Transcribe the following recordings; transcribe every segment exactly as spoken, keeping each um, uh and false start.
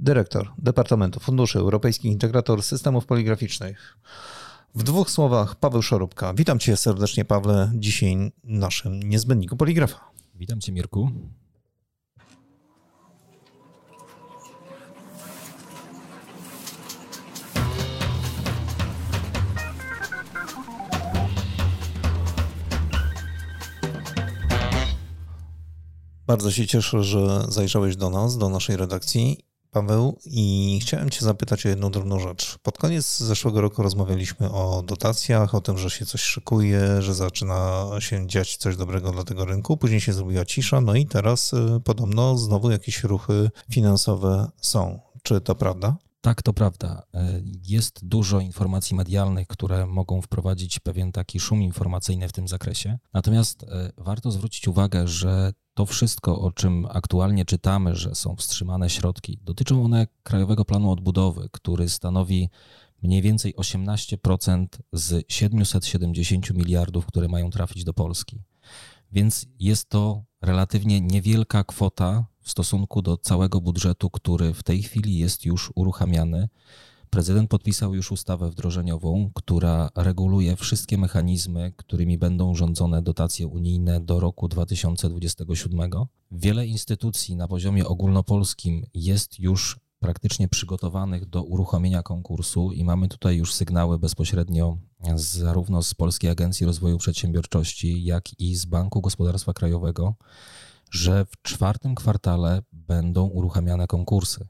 dyrektor Departamentu Funduszy Europejskich, integrator systemów poligraficznych. W dwóch słowach Paweł Szorobka. Witam Cię serdecznie, Pawle, dzisiaj naszym niezbędniku poligrafa. Witam Cię, Mirku. Bardzo się cieszę, że zajrzałeś do nas, do naszej redakcji, Paweł, i chciałem Cię zapytać o jedną drobną rzecz. Pod koniec zeszłego roku rozmawialiśmy o dotacjach, o tym, że się coś szykuje, że zaczyna się dziać coś dobrego dla tego rynku. Później się zrobiła cisza, no i teraz y, podobno znowu jakieś ruchy finansowe są. Czy to prawda? Tak, to prawda. Jest dużo informacji medialnych, które mogą wprowadzić pewien taki szum informacyjny w tym zakresie. Natomiast warto zwrócić uwagę, że to wszystko, o czym aktualnie czytamy, że są wstrzymane środki, dotyczą one Krajowego Planu Odbudowy, który stanowi mniej więcej osiemnaście procent z siedemset siedemdziesiąt miliardów, które mają trafić do Polski. Więc jest to relatywnie niewielka kwota w stosunku do całego budżetu, który w tej chwili jest już uruchamiany. Prezydent podpisał już ustawę wdrożeniową, która reguluje wszystkie mechanizmy, którymi będą rządzone dotacje unijne do roku dwa tysiące dwudziestego siódmego. Wiele instytucji na poziomie ogólnopolskim jest już praktycznie przygotowanych do uruchomienia konkursu i mamy tutaj już sygnały bezpośrednio zarówno z Polskiej Agencji Rozwoju Przedsiębiorczości, jak i z Banku Gospodarstwa Krajowego, że w czwartym kwartale będą uruchamiane konkursy.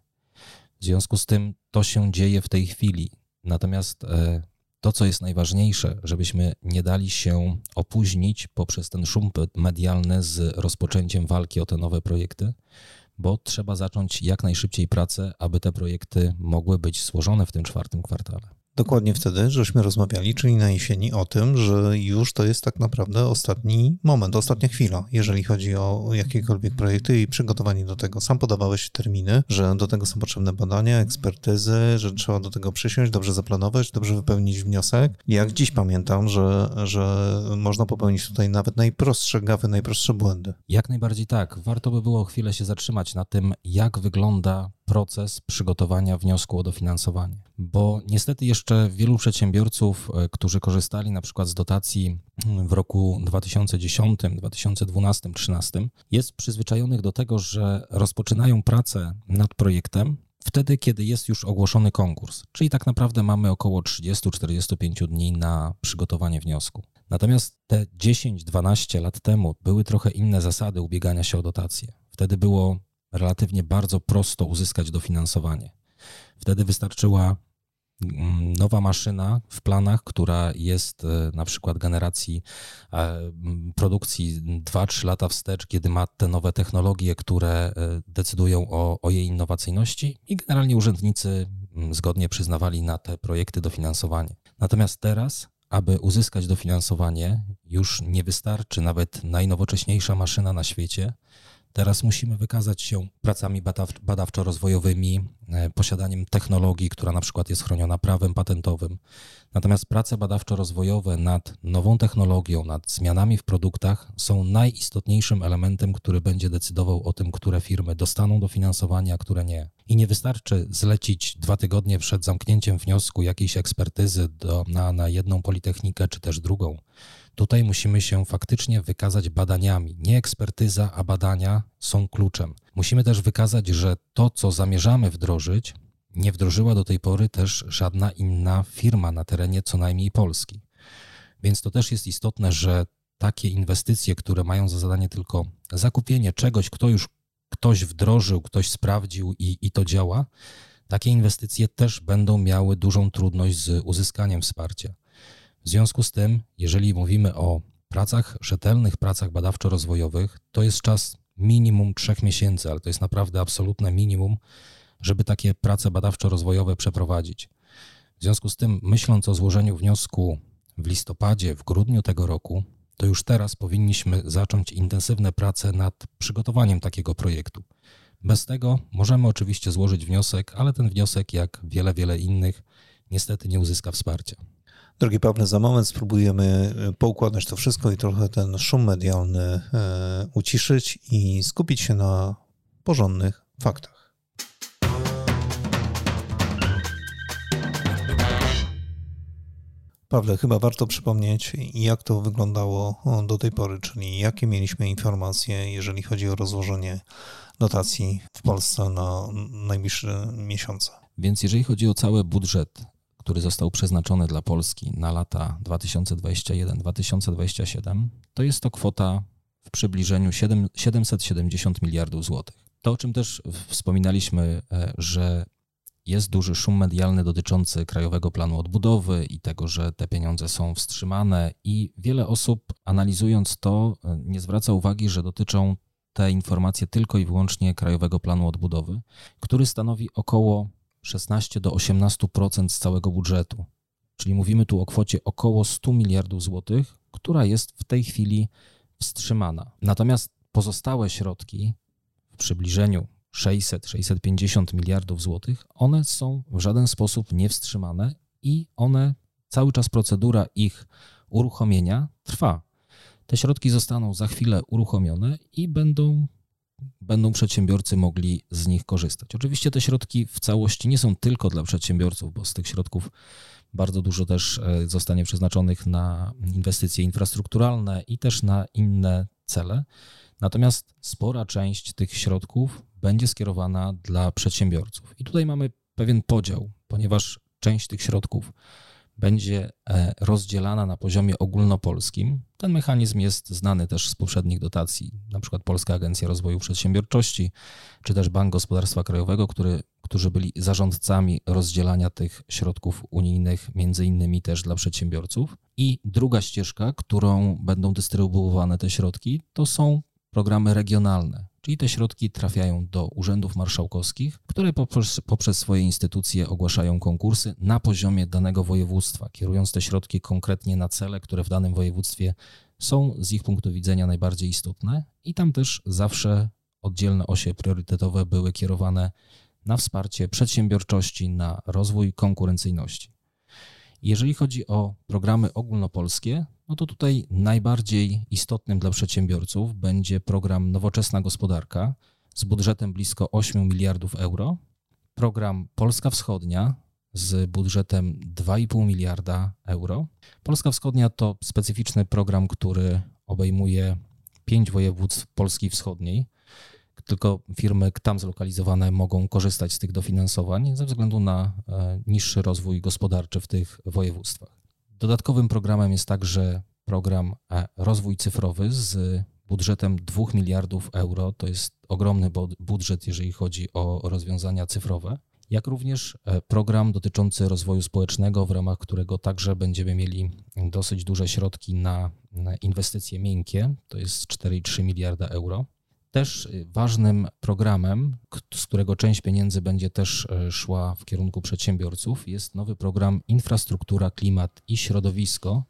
W związku z tym to się dzieje w tej chwili. Natomiast to, co jest najważniejsze, żebyśmy nie dali się opóźnić poprzez ten szum medialny z rozpoczęciem walki o te nowe projekty, bo trzeba zacząć jak najszybciej pracę, aby te projekty mogły być złożone w tym czwartym kwartale. Dokładnie wtedy, żeśmy rozmawiali, czyli na jesieni, o tym, że już to jest tak naprawdę ostatni moment, ostatnia chwila, jeżeli chodzi o jakiekolwiek projekty i przygotowanie do tego. Sam podawałeś terminy, że do tego są potrzebne badania, ekspertyzy, że trzeba do tego przysiąść, dobrze zaplanować, dobrze wypełnić wniosek. Jak dziś pamiętam, że, że można popełnić tutaj nawet najprostsze gafy, najprostsze błędy. Jak najbardziej tak. Warto by było chwilę się zatrzymać na tym, jak wygląda proces przygotowania wniosku o dofinansowanie. Bo niestety jeszcze wielu przedsiębiorców, którzy korzystali na przykład z dotacji w roku dwa tysiące dziesiątym, dwa tysiące dwunastym, dwa tysiące trzynastym, jest przyzwyczajonych do tego, że rozpoczynają pracę nad projektem wtedy, kiedy jest już ogłoszony konkurs. Czyli tak naprawdę mamy około trzydzieści do czterdziestu pięciu dni na przygotowanie wniosku. Natomiast te dziesięć dwanaście lat temu były trochę inne zasady ubiegania się o dotacje. Wtedy było relatywnie bardzo prosto uzyskać dofinansowanie. Wtedy wystarczyła nowa maszyna w planach, która jest na przykład generacji produkcji dwa trzy lata wstecz, kiedy ma te nowe technologie, które decydują o, o jej innowacyjności i generalnie urzędnicy zgodnie przyznawali na te projekty dofinansowanie. Natomiast teraz, aby uzyskać dofinansowanie, już nie wystarczy nawet najnowocześniejsza maszyna na świecie. Teraz musimy wykazać się pracami badawczo-rozwojowymi, posiadaniem technologii, która na przykład jest chroniona prawem patentowym. Natomiast prace badawczo-rozwojowe nad nową technologią, nad zmianami w produktach są najistotniejszym elementem, który będzie decydował o tym, które firmy dostaną dofinansowanie, a które nie. I nie wystarczy zlecić dwa tygodnie przed zamknięciem wniosku jakiejś ekspertyzy do, na, na jedną politechnikę czy też drugą. Tutaj musimy się faktycznie wykazać badaniami. Nie ekspertyza, a badania są kluczem. Musimy też wykazać, że to, co zamierzamy wdrożyć, nie wdrożyła do tej pory też żadna inna firma na terenie co najmniej Polski. Więc to też jest istotne, że takie inwestycje, które mają za zadanie tylko zakupienie czegoś, kto już ktoś wdrożył, ktoś sprawdził i, i to działa, takie inwestycje też będą miały dużą trudność z uzyskaniem wsparcia. W związku z tym, jeżeli mówimy o pracach, rzetelnych pracach badawczo-rozwojowych, to jest czas minimum trzech miesięcy, ale to jest naprawdę absolutne minimum, żeby takie prace badawczo-rozwojowe przeprowadzić. W związku z tym, myśląc o złożeniu wniosku w listopadzie, w grudniu tego roku, to już teraz powinniśmy zacząć intensywne prace nad przygotowaniem takiego projektu. Bez tego możemy oczywiście złożyć wniosek, ale ten wniosek, jak wiele, wiele innych, niestety nie uzyska wsparcia. Drogi Pawle, za moment spróbujemy poukładać to wszystko i trochę ten szum medialny uciszyć i skupić się na porządnych faktach. Pawle, chyba warto przypomnieć, jak to wyglądało do tej pory, czyli jakie mieliśmy informacje, jeżeli chodzi o rozłożenie dotacji w Polsce na najbliższe miesiące. Więc jeżeli chodzi o cały budżet, który został przeznaczony dla Polski na lata dwa tysiące dwudziesty pierwszy do dwa tysiące dwudziestego siódmego, to jest to kwota w przybliżeniu siedemset siedemdziesiąt miliardów złotych. To, o czym też wspominaliśmy, że jest duży szum medialny dotyczący Krajowego Planu Odbudowy i tego, że te pieniądze są wstrzymane i wiele osób, analizując to, nie zwraca uwagi, że dotyczą te informacje tylko i wyłącznie Krajowego Planu Odbudowy, który stanowi około szesnaście do osiemnastu procent z całego budżetu. Czyli mówimy tu o kwocie około stu miliardów złotych, która jest w tej chwili wstrzymana. Natomiast pozostałe środki w przybliżeniu sześćset do sześćset pięćdziesięciu miliardów złotych, one są w żaden sposób niewstrzymane i one, cały czas procedura ich uruchomienia trwa. Te środki zostaną za chwilę uruchomione i będą, będą przedsiębiorcy mogli z nich korzystać. Oczywiście te środki w całości nie są tylko dla przedsiębiorców, bo z tych środków bardzo dużo też zostanie przeznaczonych na inwestycje infrastrukturalne i też na inne cele. Natomiast spora część tych środków będzie skierowana dla przedsiębiorców. I tutaj mamy pewien podział, ponieważ część tych środków będzie rozdzielana na poziomie ogólnopolskim. Ten mechanizm jest znany też z poprzednich dotacji, na przykład Polska Agencja Rozwoju Przedsiębiorczości, czy też Bank Gospodarstwa Krajowego, który, którzy byli zarządcami rozdzielania tych środków unijnych, między innymi też dla przedsiębiorców. I druga ścieżka, którą będą dystrybuowane te środki, to są programy regionalne, czyli te środki trafiają do urzędów marszałkowskich, które poprzez, poprzez swoje instytucje ogłaszają konkursy na poziomie danego województwa, kierując te środki konkretnie na cele, które w danym województwie są z ich punktu widzenia najbardziej istotne i tam też zawsze oddzielne osie priorytetowe były kierowane na wsparcie przedsiębiorczości, na rozwój konkurencyjności. Jeżeli chodzi o programy ogólnopolskie, no to tutaj najbardziej istotnym dla przedsiębiorców będzie program Nowoczesna Gospodarka z budżetem blisko ośmiu miliardów euro, program Polska Wschodnia z budżetem dwa i pół miliarda euro. Polska Wschodnia to specyficzny program, który obejmuje pięć województw Polski Wschodniej. Tylko firmy tam zlokalizowane mogą korzystać z tych dofinansowań ze względu na niższy rozwój gospodarczy w tych województwach. Dodatkowym programem jest także program Rozwój Cyfrowy z budżetem dwóch miliardów euro. To jest ogromny budżet, jeżeli chodzi o rozwiązania cyfrowe, jak również program dotyczący rozwoju społecznego, w ramach którego także będziemy mieli dosyć duże środki na inwestycje miękkie, to jest cztery i trzy miliarda euro. Też ważnym programem, z którego część pieniędzy będzie też szła w kierunku przedsiębiorców, jest nowy program Infrastruktura, Klimat i Środowisko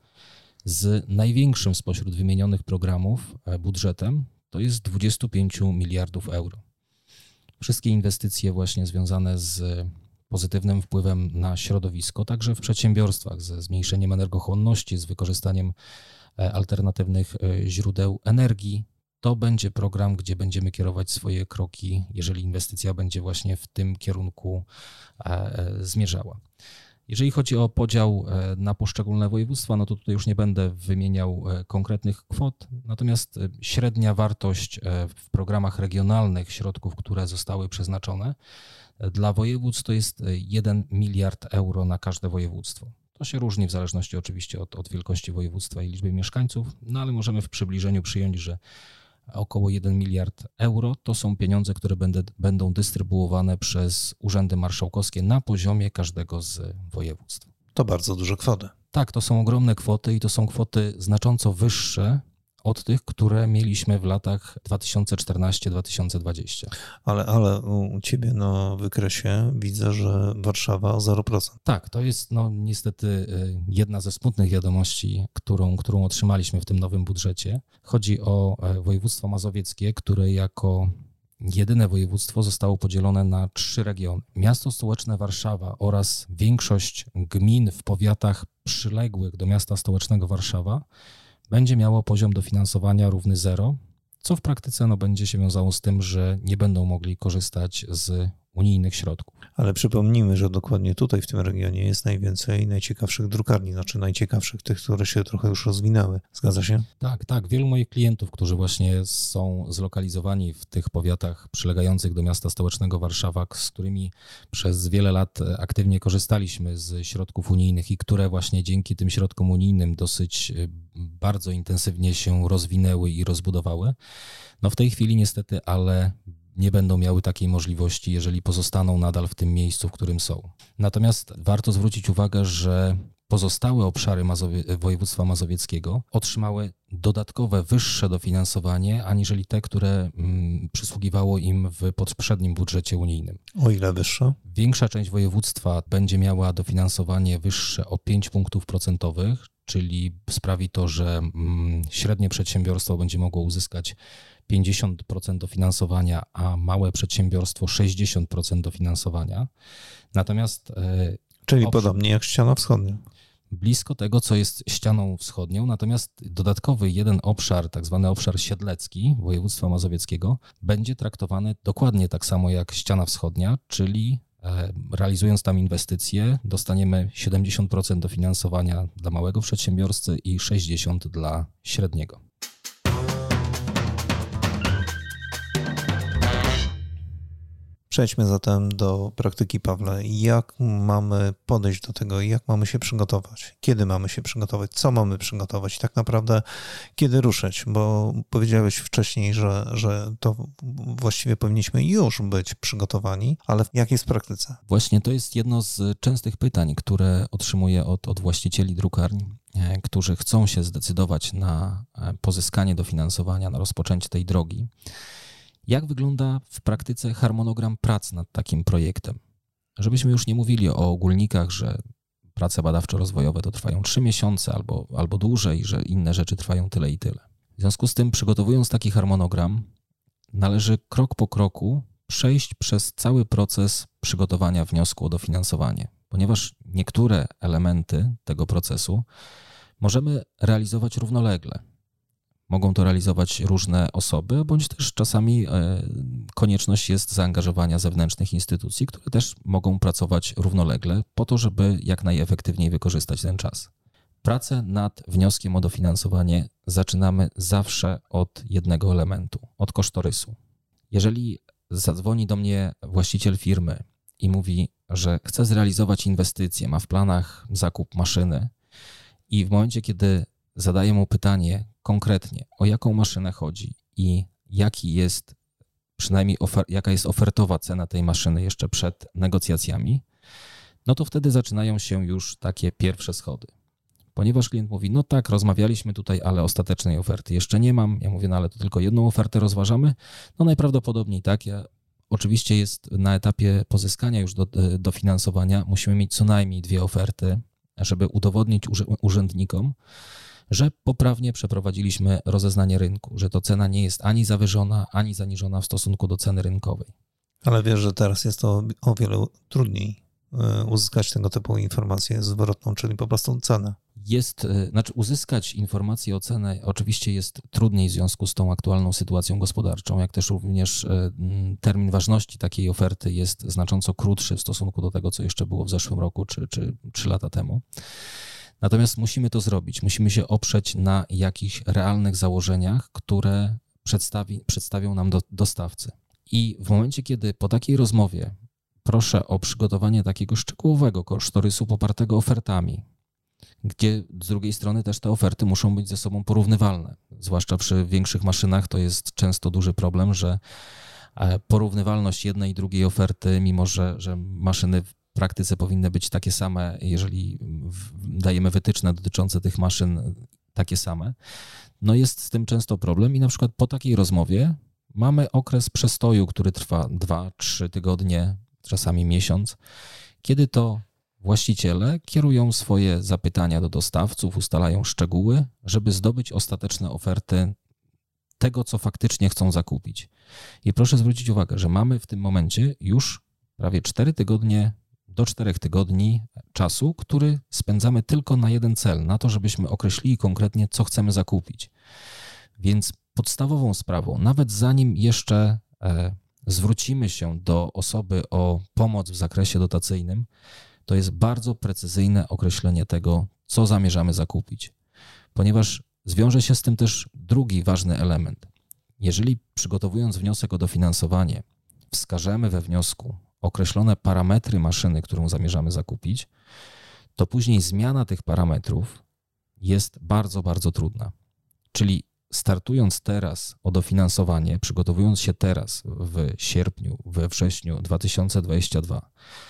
z największym spośród wymienionych programów budżetem, to jest dwadzieścia pięć miliardów euro. Wszystkie inwestycje właśnie związane z pozytywnym wpływem na środowisko, także w przedsiębiorstwach, ze zmniejszeniem energochłonności, z wykorzystaniem alternatywnych źródeł energii. To będzie program, gdzie będziemy kierować swoje kroki, jeżeli inwestycja będzie właśnie w tym kierunku zmierzała. Jeżeli chodzi o podział na poszczególne województwa, no to tutaj już nie będę wymieniał konkretnych kwot, natomiast średnia wartość w programach regionalnych środków, które zostały przeznaczone dla województw, to jest jeden miliard euro na każde województwo. To się różni w zależności oczywiście od, od wielkości województwa i liczby mieszkańców, no ale możemy w przybliżeniu przyjąć, że około jeden miliard euro to są pieniądze, które będę, będą dystrybuowane przez urzędy marszałkowskie na poziomie każdego z województw. To bardzo duże kwoty. Tak, to są ogromne kwoty i to są kwoty znacząco wyższe od tych, które mieliśmy w latach dwa tysiące czternastym do dwa tysiące dwudziestego. Ale, ale u Ciebie na wykresie widzę, że Warszawa zero procent. Tak, to jest no niestety jedna ze smutnych wiadomości, którą, którą otrzymaliśmy w tym nowym budżecie. Chodzi o województwo mazowieckie, które jako jedyne województwo zostało podzielone na trzy regiony. Miasto stołeczne Warszawa oraz większość gmin w powiatach przyległych do miasta stołecznego Warszawa będzie miało poziom dofinansowania równy zero, co w praktyce no, będzie się wiązało z tym, że nie będą mogli korzystać z unijnych środków. Ale przypomnijmy, że dokładnie tutaj w tym regionie jest najwięcej najciekawszych drukarni, znaczy najciekawszych tych, które się trochę już rozwinęły. Zgadza się? Tak, tak. Wielu moich klientów, którzy właśnie są zlokalizowani w tych powiatach przylegających do miasta stołecznego Warszawa, z którymi przez wiele lat aktywnie korzystaliśmy z środków unijnych i które właśnie dzięki tym środkom unijnym dosyć bardzo intensywnie się rozwinęły i rozbudowały, no w tej chwili niestety, ale nie będą miały takiej możliwości, jeżeli pozostaną nadal w tym miejscu, w którym są. Natomiast warto zwrócić uwagę, że pozostałe obszary Mazowie, województwa mazowieckiego otrzymały dodatkowe, wyższe dofinansowanie, aniżeli te, które mm, przysługiwało im w poprzednim budżecie unijnym. O ile wyższe? Większa część województwa będzie miała dofinansowanie wyższe o pięć punktów procentowych, czyli sprawi to, że mm, średnie przedsiębiorstwo będzie mogło uzyskać pięćdziesiąt procent dofinansowania, a małe przedsiębiorstwo sześćdziesiąt procent dofinansowania. Natomiast e, Czyli owszem, podobnie jak ściana wschodnia. blisko tego, co jest ścianą wschodnią, natomiast dodatkowy jeden obszar, tak zwany obszar siedlecki województwa mazowieckiego, będzie traktowany dokładnie tak samo jak ściana wschodnia, czyli e, realizując tam inwestycje, dostaniemy siedemdziesiąt procent dofinansowania dla małego przedsiębiorcy i sześćdziesiąt procent dla średniego. Przejdźmy zatem do praktyki, Pawle. Jak mamy podejść do tego i jak mamy się przygotować? Kiedy mamy się przygotować? Co mamy przygotować? I tak naprawdę kiedy ruszyć? Bo powiedziałeś wcześniej, że, że to właściwie powinniśmy już być przygotowani, ale jak jest w praktyce? Właśnie to jest jedno z częstych pytań, które otrzymuję od, od właścicieli drukarni, którzy chcą się zdecydować na pozyskanie dofinansowania, na rozpoczęcie tej drogi. Jak wygląda w praktyce harmonogram prac nad takim projektem? Żebyśmy już nie mówili o ogólnikach, że prace badawczo-rozwojowe to trwają trzy miesiące albo, albo dłużej, że inne rzeczy trwają tyle i tyle. W związku z tym, przygotowując taki harmonogram, należy krok po kroku przejść przez cały proces przygotowania wniosku o dofinansowanie, ponieważ niektóre elementy tego procesu możemy realizować równolegle. Mogą to realizować różne osoby, bądź też czasami konieczność jest zaangażowania zewnętrznych instytucji, które też mogą pracować równolegle po to, żeby jak najefektywniej wykorzystać ten czas. Pracę nad wnioskiem o dofinansowanie zaczynamy zawsze od jednego elementu, od kosztorysu. Jeżeli zadzwoni do mnie właściciel firmy i mówi, że chce zrealizować inwestycje, ma w planach zakup maszyny i w momencie, kiedy zadaję mu pytanie konkretnie, o jaką maszynę chodzi i jaki jest, przynajmniej ofer- jaka jest ofertowa cena tej maszyny jeszcze przed negocjacjami, no to wtedy zaczynają się już takie pierwsze schody. Ponieważ klient mówi, no tak, rozmawialiśmy tutaj, ale ostatecznej oferty jeszcze nie mam. Ja mówię, no ale to tylko jedną ofertę rozważamy. No najprawdopodobniej tak. Ja, oczywiście jest na etapie pozyskania już do, dofinansowania, musimy mieć co najmniej dwie oferty, żeby udowodnić urzędnikom, że poprawnie przeprowadziliśmy rozeznanie rynku, że to cena nie jest ani zawyżona, ani zaniżona w stosunku do ceny rynkowej. Ale wiesz, że teraz jest to o wiele trudniej uzyskać tego typu informację zwrotną, czyli po prostu cenę. Jest, znaczy uzyskać informację o cenę oczywiście jest trudniej w związku z tą aktualną sytuacją gospodarczą, jak też również termin ważności takiej oferty jest znacząco krótszy w stosunku do tego, co jeszcze było w zeszłym roku czy, czy trzy lata temu. Natomiast musimy to zrobić, musimy się oprzeć na jakichś realnych założeniach, które przedstawi, przedstawią nam do, dostawcy. I w momencie, kiedy po takiej rozmowie proszę o przygotowanie takiego szczegółowego kosztorysu popartego ofertami, gdzie z drugiej strony też te oferty muszą być ze sobą porównywalne. Zwłaszcza przy większych maszynach to jest często duży problem, że porównywalność jednej i drugiej oferty, mimo że, że maszyny w praktyce powinny być takie same, jeżeli dajemy wytyczne dotyczące tych maszyn takie same, no jest z tym często problem i na przykład po takiej rozmowie mamy okres przestoju, który trwa dwa, trzy tygodnie, czasami miesiąc, kiedy to właściciele kierują swoje zapytania do dostawców, ustalają szczegóły, żeby zdobyć ostateczne oferty tego, co faktycznie chcą zakupić. I proszę zwrócić uwagę, że mamy w tym momencie już prawie cztery tygodnie do czterech tygodni czasu, który spędzamy tylko na jeden cel, na to, żebyśmy określili konkretnie, co chcemy zakupić. Więc podstawową sprawą, nawet zanim jeszcze zwrócimy się do osoby o pomoc w zakresie dotacyjnym, to jest bardzo precyzyjne określenie tego, co zamierzamy zakupić, ponieważ zwiąże się z tym też drugi ważny element. Jeżeli przygotowując wniosek o dofinansowanie wskażemy we wniosku określone parametry maszyny, którą zamierzamy zakupić, to później zmiana tych parametrów jest bardzo, bardzo trudna. Czyli startując teraz o dofinansowanie, przygotowując się teraz w sierpniu, we wrześniu dwa tysiące dwudziestego drugiego,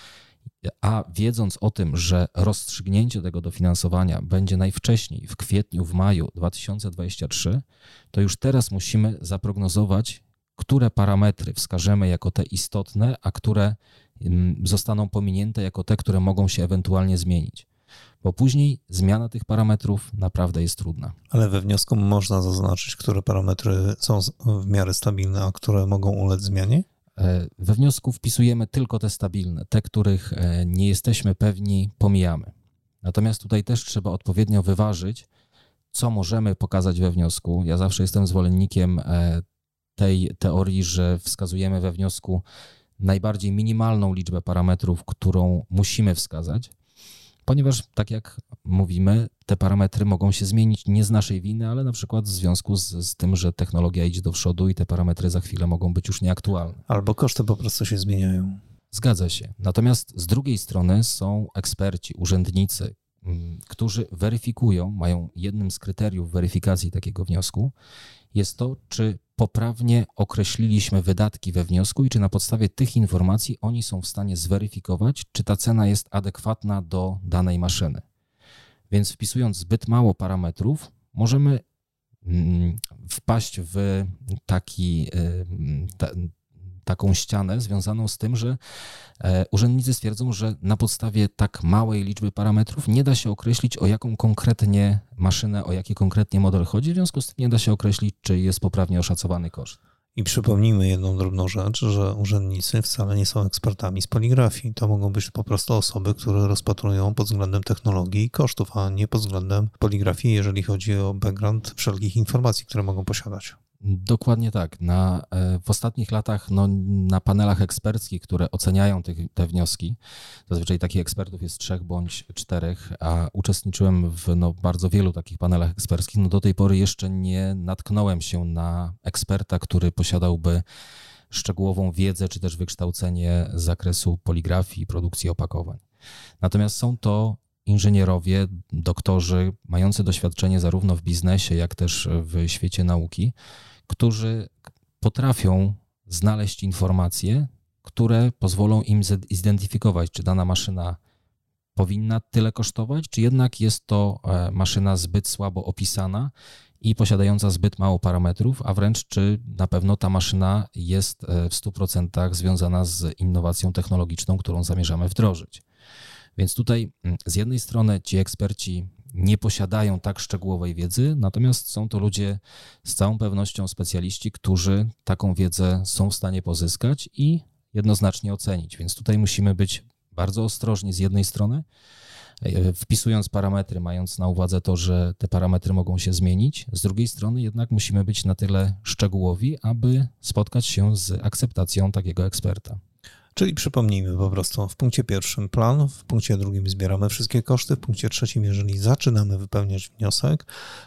a wiedząc o tym, że rozstrzygnięcie tego dofinansowania będzie najwcześniej w kwietniu, w maju dwa tysiące dwudziestego trzeciego, to już teraz musimy zaprognozować, które parametry wskażemy jako te istotne, a które zostaną pominięte jako te, które mogą się ewentualnie zmienić. Bo później zmiana tych parametrów naprawdę jest trudna. Ale we wniosku można zaznaczyć, które parametry są w miarę stabilne, a które mogą ulec zmianie? We wniosku wpisujemy tylko te stabilne, te, których nie jesteśmy pewni, pomijamy. Natomiast tutaj też trzeba odpowiednio wyważyć, co możemy pokazać we wniosku. Ja zawsze jestem zwolennikiem tej teorii, że wskazujemy we wniosku najbardziej minimalną liczbę parametrów, którą musimy wskazać, ponieważ, tak jak mówimy, te parametry mogą się zmienić nie z naszej winy, ale na przykład w związku z, z tym, że technologia idzie do przodu i te parametry za chwilę mogą być już nieaktualne. Albo koszty po prostu się zmieniają. Zgadza się. Natomiast z drugiej strony są eksperci, urzędnicy, którzy weryfikują, mają jednym z kryteriów weryfikacji takiego wniosku, jest to, czy poprawnie określiliśmy wydatki we wniosku i czy na podstawie tych informacji oni są w stanie zweryfikować, czy ta cena jest adekwatna do danej maszyny. Więc wpisując zbyt mało parametrów, możemy wpaść w taki, ta, taką ścianę związaną z tym, że urzędnicy stwierdzą, że na podstawie tak małej liczby parametrów nie da się określić, o jaką konkretnie maszynę, o jaki konkretnie model chodzi, w związku z tym nie da się określić, czy jest poprawnie oszacowany koszt. I przypomnijmy jedną drobną rzecz, że urzędnicy wcale nie są ekspertami z poligrafii. To mogą być po prostu osoby, które rozpatrują pod względem technologii i kosztów, a nie pod względem poligrafii, jeżeli chodzi o background wszelkich informacji, które mogą posiadać. Dokładnie tak. Na, w ostatnich latach no, na panelach eksperckich, które oceniają te, te wnioski, zazwyczaj takich ekspertów jest trzech bądź czterech, a uczestniczyłem w no, bardzo wielu takich panelach eksperckich, no do tej pory jeszcze nie natknąłem się na eksperta, który posiadałby szczegółową wiedzę czy też wykształcenie z zakresu poligrafii i produkcji opakowań. Natomiast są to inżynierowie, doktorzy mający doświadczenie zarówno w biznesie, jak też w świecie nauki, którzy potrafią znaleźć informacje, które pozwolą im zidentyfikować, czy dana maszyna powinna tyle kosztować, czy jednak jest to maszyna zbyt słabo opisana i posiadająca zbyt mało parametrów, a wręcz czy na pewno ta maszyna jest w stu procentach związana z innowacją technologiczną, którą zamierzamy wdrożyć. Więc tutaj z jednej strony ci eksperci nie posiadają tak szczegółowej wiedzy, natomiast są to ludzie z całą pewnością specjaliści, którzy taką wiedzę są w stanie pozyskać i jednoznacznie ocenić. Więc tutaj musimy być bardzo ostrożni z jednej strony, wpisując parametry, mając na uwadze to, że te parametry mogą się zmienić. Z drugiej strony jednak musimy być na tyle szczegółowi, aby spotkać się z akceptacją takiego eksperta. Czyli przypomnijmy po prostu, w punkcie pierwszym plan, w punkcie drugim zbieramy wszystkie koszty, w punkcie trzecim, jeżeli zaczynamy wypełniać wniosek,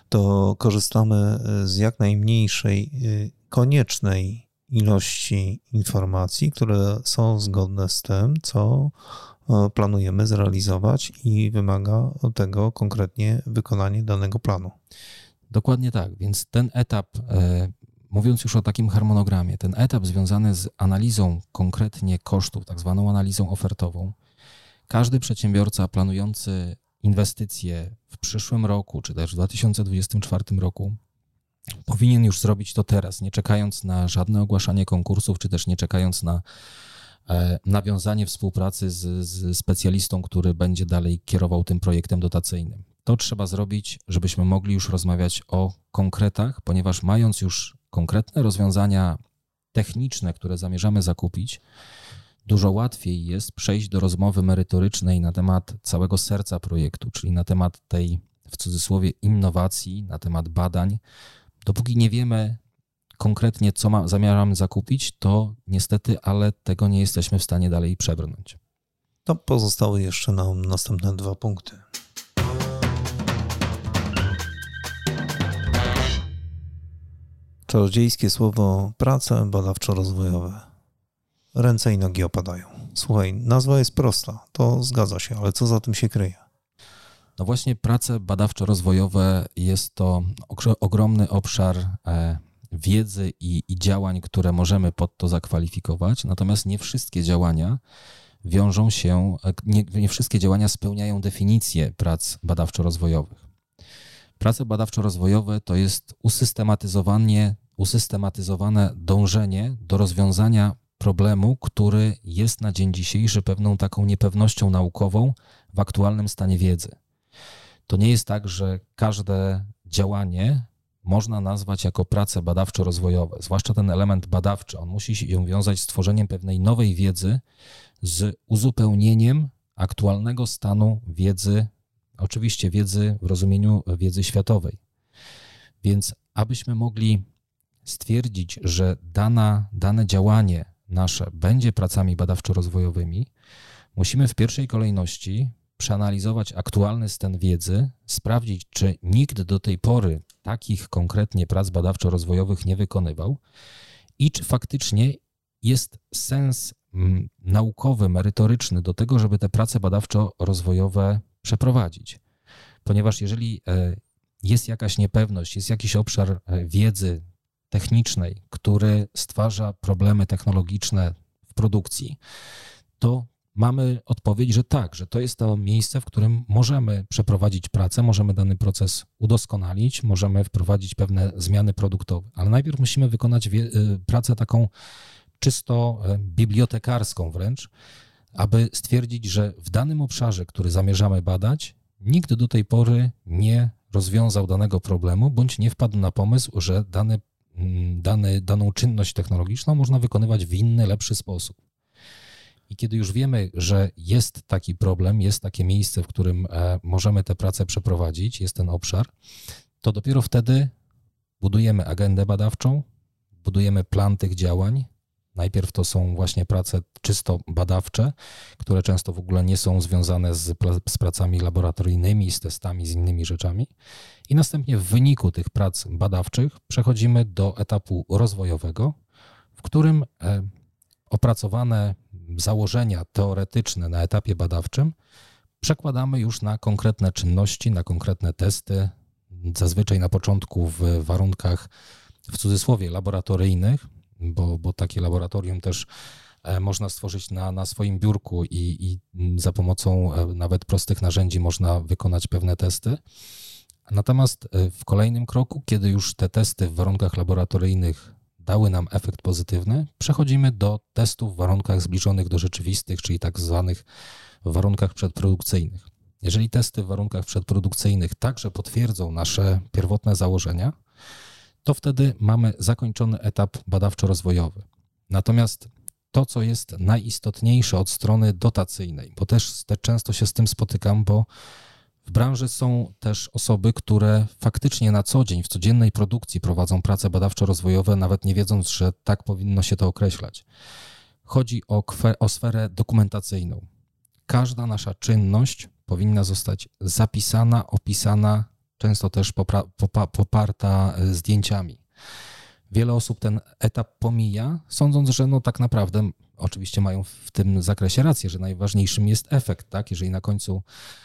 to korzystamy z jak najmniejszej koniecznej ilości informacji, które są zgodne z tym, co planujemy zrealizować i wymaga tego konkretnie wykonanie danego planu. Dokładnie tak, więc ten etap, mówiąc już o takim harmonogramie, ten etap związany z analizą konkretnie kosztów, tak zwaną analizą ofertową, każdy przedsiębiorca planujący inwestycje w przyszłym roku, czy też w dwa tysiące dwudziestym czwartym roku, powinien już zrobić to teraz, nie czekając na żadne ogłaszanie konkursów, czy też nie czekając na nawiązanie współpracy z, z specjalistą, który będzie dalej kierował tym projektem dotacyjnym. To trzeba zrobić, żebyśmy mogli już rozmawiać o konkretach, ponieważ mając już konkretne rozwiązania techniczne, które zamierzamy zakupić, dużo łatwiej jest przejść do rozmowy merytorycznej na temat całego serca projektu, czyli na temat tej, w cudzysłowie, innowacji, na temat badań. Dopóki nie wiemy konkretnie, co ma, zamierzamy zakupić, to niestety, ale tego nie jesteśmy w stanie dalej przebrnąć. To pozostały jeszcze nam następne dwa punkty. Czarodziejskie słowo prace badawczo-rozwojowe. Ręce i nogi opadają. Słuchaj, nazwa jest prosta, to zgadza się, ale co za tym się kryje? No właśnie prace badawczo-rozwojowe jest to ogromny obszar wiedzy i, i działań, które możemy pod to zakwalifikować, natomiast nie wszystkie działania wiążą się, nie, nie wszystkie działania spełniają definicję prac badawczo-rozwojowych. Prace badawczo-rozwojowe to jest usystematyzowanie, usystematyzowane dążenie do rozwiązania problemu, który jest na dzień dzisiejszy pewną taką niepewnością naukową w aktualnym stanie wiedzy. To nie jest tak, że każde działanie można nazwać jako prace badawczo-rozwojowe, zwłaszcza ten element badawczy. On musi się wiązać z tworzeniem pewnej nowej wiedzy, z uzupełnieniem aktualnego stanu wiedzy, oczywiście wiedzy w rozumieniu wiedzy światowej. Więc abyśmy mogli stwierdzić, że dana, dane działanie nasze będzie pracami badawczo-rozwojowymi, musimy w pierwszej kolejności przeanalizować aktualny stan wiedzy, sprawdzić, czy nikt do tej pory takich konkretnie prac badawczo-rozwojowych nie wykonywał i czy faktycznie jest sens mm, naukowy, merytoryczny do tego, żeby te prace badawczo-rozwojowe przeprowadzić. Ponieważ jeżeli jest jakaś niepewność, jest jakiś obszar wiedzy technicznej, który stwarza problemy technologiczne w produkcji, to mamy odpowiedź, że tak, że to jest to miejsce, w którym możemy przeprowadzić pracę, możemy dany proces udoskonalić, możemy wprowadzić pewne zmiany produktowe, ale najpierw musimy wykonać wie- pracę taką czysto bibliotekarską wręcz, aby stwierdzić, że w danym obszarze, który zamierzamy badać, nikt do tej pory nie rozwiązał danego problemu, bądź nie wpadł na pomysł, że dany, dany, daną czynność technologiczną można wykonywać w inny, lepszy sposób. I kiedy już wiemy, że jest taki problem, jest takie miejsce, w którym możemy tę pracę przeprowadzić, jest ten obszar, to dopiero wtedy budujemy agendę badawczą, budujemy plan tych działań. Najpierw to są właśnie prace czysto badawcze, które często w ogóle nie są związane z, z pracami laboratoryjnymi, z testami, z innymi rzeczami. I następnie w wyniku tych prac badawczych przechodzimy do etapu rozwojowego, w którym opracowane założenia teoretyczne na etapie badawczym przekładamy już na konkretne czynności, na konkretne testy, zazwyczaj na początku w warunkach, w cudzysłowie, laboratoryjnych, bo, bo takie laboratorium też można stworzyć na, na swoim biurku i, i za pomocą nawet prostych narzędzi można wykonać pewne testy. Natomiast w kolejnym kroku, kiedy już te testy w warunkach laboratoryjnych dały nam efekt pozytywny, przechodzimy do testów w warunkach zbliżonych do rzeczywistych, czyli tak zwanych warunkach przedprodukcyjnych. Jeżeli testy w warunkach przedprodukcyjnych także potwierdzą nasze pierwotne założenia, to wtedy mamy zakończony etap badawczo-rozwojowy. Natomiast to, co jest najistotniejsze od strony dotacyjnej, bo też te często się z tym spotykam, bo w branży są też osoby, które faktycznie na co dzień, w codziennej produkcji prowadzą prace badawczo-rozwojowe, nawet nie wiedząc, że tak powinno się to określać. Chodzi o, kwe, o sferę dokumentacyjną. Każda nasza czynność powinna zostać zapisana, opisana, często też popra- popa- poparta zdjęciami. Wiele osób ten etap pomija, sądząc, że no tak naprawdę, oczywiście mają w tym zakresie rację, że najważniejszym jest efekt, tak? Jeżeli na końcu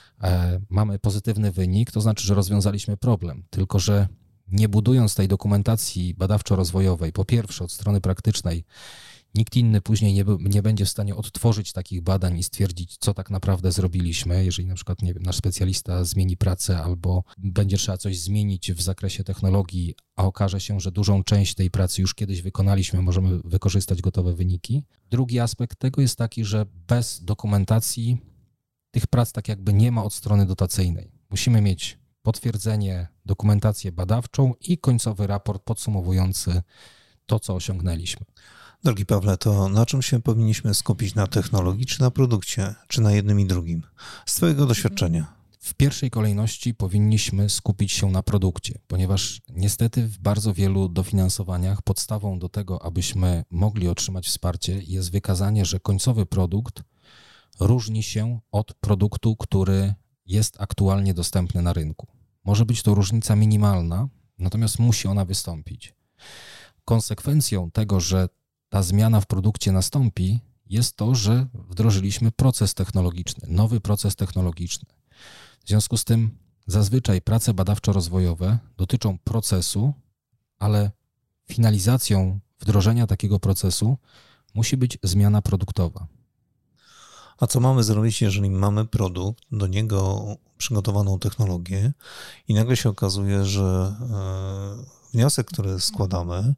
e, mamy pozytywny wynik, to znaczy, że rozwiązaliśmy problem. Tylko że nie budując tej dokumentacji badawczo-rozwojowej, po pierwsze od strony praktycznej, nikt inny później nie, nie będzie w stanie odtworzyć takich badań i stwierdzić, co tak naprawdę zrobiliśmy. Jeżeli na przykład nie wiem, nasz specjalista zmieni pracę albo będzie trzeba coś zmienić w zakresie technologii, a okaże się, że dużą część tej pracy już kiedyś wykonaliśmy, możemy wykorzystać gotowe wyniki. Drugi aspekt tego jest taki, że bez dokumentacji tych prac tak jakby nie ma od strony dotacyjnej. Musimy mieć potwierdzenie, dokumentację badawczą i końcowy raport podsumowujący to, co osiągnęliśmy. Drogi Pawle, to na czym się powinniśmy skupić? Na technologii czy na produkcie? Czy na jednym i drugim? Z twojego doświadczenia. w pierwszej kolejności powinniśmy skupić się na produkcie, ponieważ niestety w bardzo wielu dofinansowaniach podstawą do tego, abyśmy mogli otrzymać wsparcie, jest wykazanie, że końcowy produkt różni się od produktu, który jest aktualnie dostępny na rynku. Może być to różnica minimalna, natomiast musi ona wystąpić. Konsekwencją tego, że ta zmiana w produkcie nastąpi, jest to, że wdrożyliśmy proces technologiczny, nowy proces technologiczny. W związku z tym zazwyczaj prace badawczo-rozwojowe dotyczą procesu, ale finalizacją wdrożenia takiego procesu musi być zmiana produktowa. A co mamy zrobić, jeżeli mamy produkt, do niego przygotowaną technologię i nagle się okazuje, że wniosek, który składamy,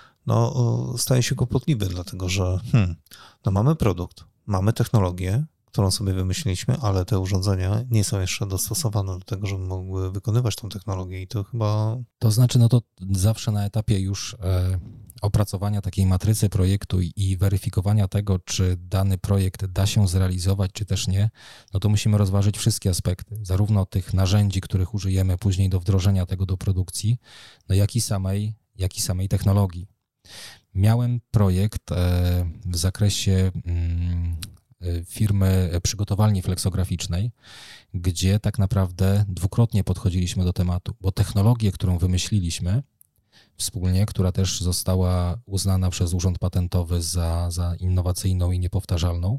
no, staje się kłopotliwy, dlatego że hmm, no mamy produkt, mamy technologię, którą sobie wymyśliliśmy, ale te urządzenia nie są jeszcze dostosowane do tego, żeby mogły wykonywać tą technologię i to chyba... To znaczy, no to zawsze na etapie już e, opracowania takiej matrycy projektu i, i weryfikowania tego, czy dany projekt da się zrealizować, czy też nie, no to musimy rozważyć wszystkie aspekty, zarówno tych narzędzi, których użyjemy później do wdrożenia tego do produkcji, no jak i samej, jak i samej technologii. Miałem projekt e, w zakresie mm, firmy przygotowalni fleksograficznej, gdzie tak naprawdę dwukrotnie podchodziliśmy do tematu, bo technologię, którą wymyśliliśmy wspólnie, która też została uznana przez Urząd Patentowy za, za innowacyjną i niepowtarzalną,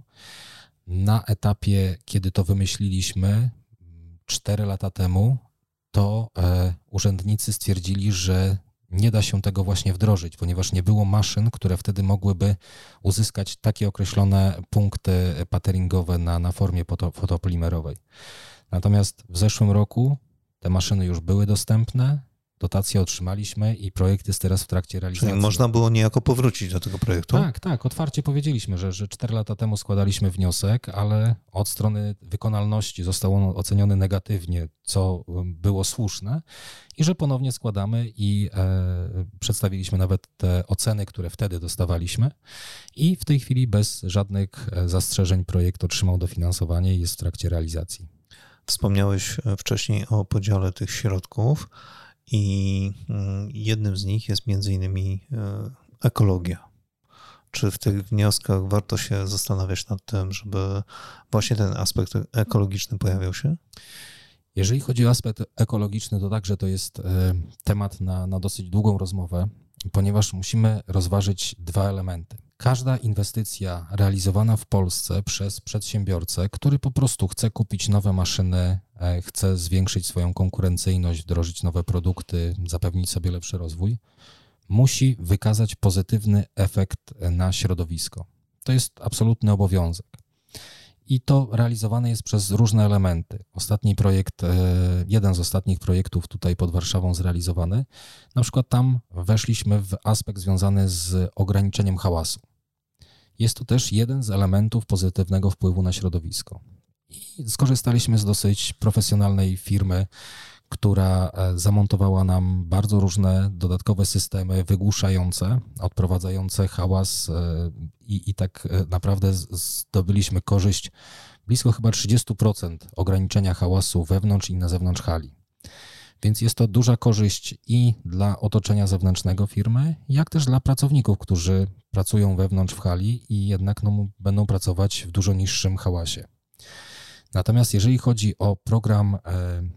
na etapie, kiedy to wymyśliliśmy cztery lata temu, to e, urzędnicy stwierdzili, że nie da się tego właśnie wdrożyć, ponieważ nie było maszyn, które wtedy mogłyby uzyskać takie określone punkty pateringowe na, na formie foto, fotopolimerowej. Natomiast w zeszłym roku te maszyny już były dostępne, dotacje otrzymaliśmy i projekt jest teraz w trakcie realizacji. Czyli można było niejako powrócić do tego projektu? Tak, tak, otwarcie powiedzieliśmy, że, że cztery lata temu składaliśmy wniosek, ale od strony wykonalności został on oceniony negatywnie, co było słuszne i że ponownie składamy i e, przedstawiliśmy nawet te oceny, które wtedy dostawaliśmy i w tej chwili bez żadnych zastrzeżeń projekt otrzymał dofinansowanie i jest w trakcie realizacji. Wspomniałeś wcześniej o podziale tych środków. I jednym z nich jest między innymi ekologia. Czy w tych wnioskach warto się zastanawiać nad tym, żeby właśnie ten aspekt ekologiczny pojawiał się? Jeżeli chodzi o aspekt ekologiczny, to także to jest temat na, na dosyć długą rozmowę, ponieważ musimy rozważyć dwa elementy. Każda inwestycja realizowana w Polsce przez przedsiębiorcę, który po prostu chce kupić nowe maszyny, chce zwiększyć swoją konkurencyjność, wdrożyć nowe produkty, zapewnić sobie lepszy rozwój, musi wykazać pozytywny efekt na środowisko. To jest absolutny obowiązek. I to realizowane jest przez różne elementy. Ostatni projekt, jeden z ostatnich projektów tutaj pod Warszawą zrealizowany, na przykład tam weszliśmy w aspekt związany z ograniczeniem hałasu. Jest to też jeden z elementów pozytywnego wpływu na środowisko. I skorzystaliśmy z dosyć profesjonalnej firmy, która zamontowała nam bardzo różne dodatkowe systemy wygłuszające, odprowadzające hałas i, i tak naprawdę zdobyliśmy korzyść blisko chyba trzydzieści procent ograniczenia hałasu wewnątrz i na zewnątrz hali. Więc jest to duża korzyść i dla otoczenia zewnętrznego firmy, jak też dla pracowników, którzy pracują wewnątrz w hali i jednak no, będą pracować w dużo niższym hałasie. Natomiast jeżeli chodzi o program e,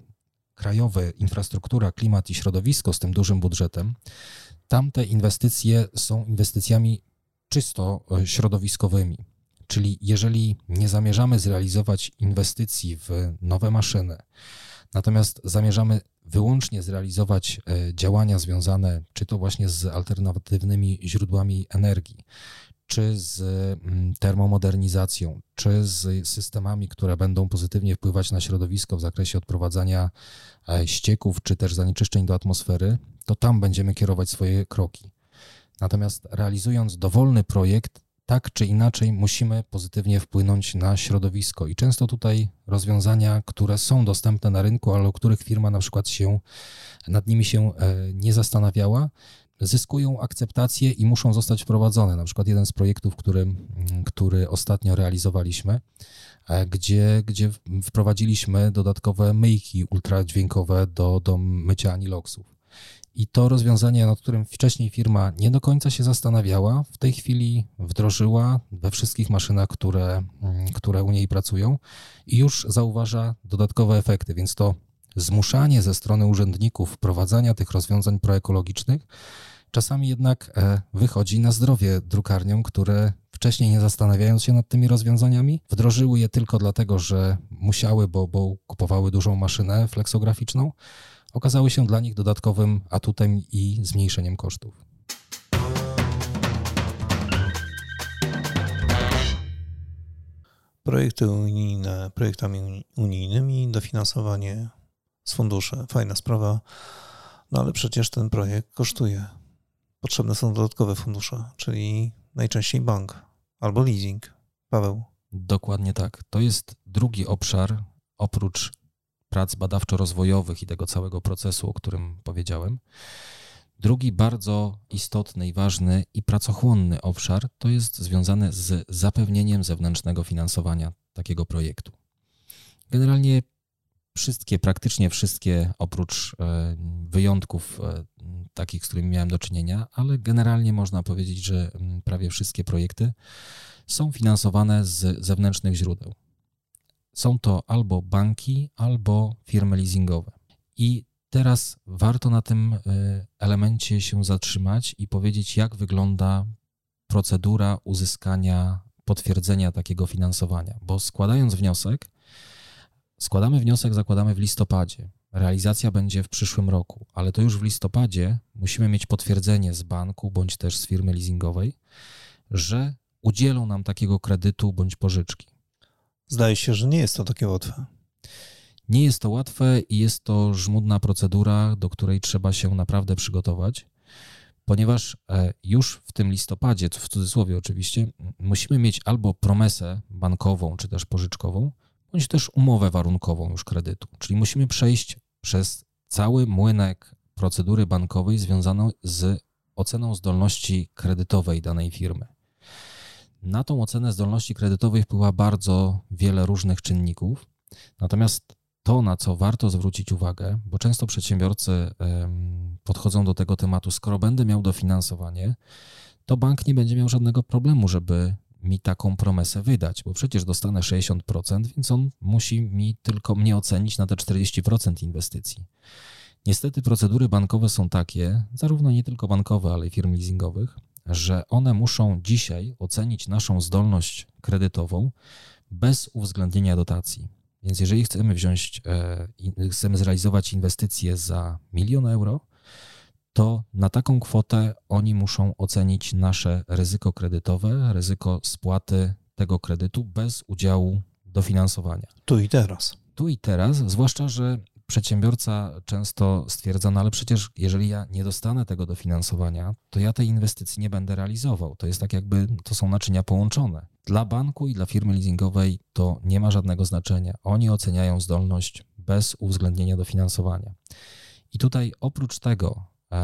krajowy Infrastruktura, Klimat i Środowisko z tym dużym budżetem, tam te inwestycje są inwestycjami czysto środowiskowymi. Czyli jeżeli nie zamierzamy zrealizować inwestycji w nowe maszyny, natomiast zamierzamy wyłącznie zrealizować działania związane czy to właśnie z alternatywnymi źródłami energii, czy z termomodernizacją, czy z systemami, które będą pozytywnie wpływać na środowisko w zakresie odprowadzania ścieków, czy też zanieczyszczeń do atmosfery, to tam będziemy kierować swoje kroki. Natomiast realizując dowolny projekt, tak czy inaczej musimy pozytywnie wpłynąć na środowisko i często tutaj rozwiązania, które są dostępne na rynku, ale o których firma na przykład się nad nimi się nie zastanawiała, zyskują akceptację i muszą zostać wprowadzone. Na przykład jeden z projektów, który, który ostatnio realizowaliśmy, gdzie, gdzie wprowadziliśmy dodatkowe myjki ultradźwiękowe do, do mycia aniloksów. I to rozwiązanie, nad którym wcześniej firma nie do końca się zastanawiała, w tej chwili wdrożyła we wszystkich maszynach, które, które u niej pracują i już zauważa dodatkowe efekty, więc to zmuszanie ze strony urzędników wprowadzania tych rozwiązań proekologicznych czasami jednak wychodzi na zdrowie drukarniom, które wcześniej nie zastanawiając się nad tymi rozwiązaniami, wdrożyły je tylko dlatego, że musiały, bo, bo kupowały dużą maszynę fleksograficzną, okazały się dla nich dodatkowym atutem i zmniejszeniem kosztów. Projekty unijne, projektami unijnymi, dofinansowanie z funduszy, fajna sprawa, no ale przecież ten projekt kosztuje. Potrzebne są dodatkowe fundusze, czyli najczęściej bank albo leasing. Paweł. Dokładnie tak. To jest drugi obszar oprócz prac badawczo-rozwojowych i tego całego procesu, o którym powiedziałem. Drugi bardzo istotny i ważny i pracochłonny obszar to jest związany z zapewnieniem zewnętrznego finansowania takiego projektu. Generalnie wszystkie, praktycznie wszystkie, oprócz wyjątków takich, z którymi miałem do czynienia, ale generalnie można powiedzieć, że prawie wszystkie projekty są finansowane z zewnętrznych źródeł. Są to albo banki, albo firmy leasingowe. I teraz warto na tym elemencie się zatrzymać i powiedzieć, jak wygląda procedura uzyskania potwierdzenia takiego finansowania. Bo składając wniosek, składamy wniosek, zakładamy w listopadzie. Realizacja będzie w przyszłym roku, ale to już w listopadzie musimy mieć potwierdzenie z banku bądź też z firmy leasingowej, że udzielą nam takiego kredytu bądź pożyczki. Zdaje się, że nie jest to takie łatwe. Nie jest to łatwe i jest to żmudna procedura, do której trzeba się naprawdę przygotować, ponieważ już w tym listopadzie, w cudzysłowie oczywiście, musimy mieć albo promesę bankową czy też pożyczkową, bądź też umowę warunkową już kredytu. Czyli musimy przejść przez cały młynek procedury bankowej związaną z oceną zdolności kredytowej danej firmy. Na tą ocenę zdolności kredytowej wpływa bardzo wiele różnych czynników, natomiast to, na co warto zwrócić uwagę, bo często przedsiębiorcy podchodzą do tego tematu, skoro będę miał dofinansowanie, to bank nie będzie miał żadnego problemu, żeby mi taką promesę wydać, bo przecież dostanę sześćdziesiąt procent, więc on musi mi tylko mnie ocenić na te czterdzieści procent inwestycji. Niestety procedury bankowe są takie, zarówno nie tylko bankowe, ale i firm leasingowych, że one muszą dzisiaj ocenić naszą zdolność kredytową bez uwzględnienia dotacji. Więc jeżeli chcemy wziąć, chcemy zrealizować inwestycje za milion euro, to na taką kwotę oni muszą ocenić nasze ryzyko kredytowe, ryzyko spłaty tego kredytu bez udziału dofinansowania. Tu i teraz. Tu i teraz, zwłaszcza, że przedsiębiorca często stwierdza, no ale przecież jeżeli ja nie dostanę tego dofinansowania, to ja tej inwestycji nie będę realizował. To jest tak jakby, to są naczynia połączone. Dla banku i dla firmy leasingowej to nie ma żadnego znaczenia. Oni oceniają zdolność bez uwzględnienia dofinansowania. I tutaj oprócz tego,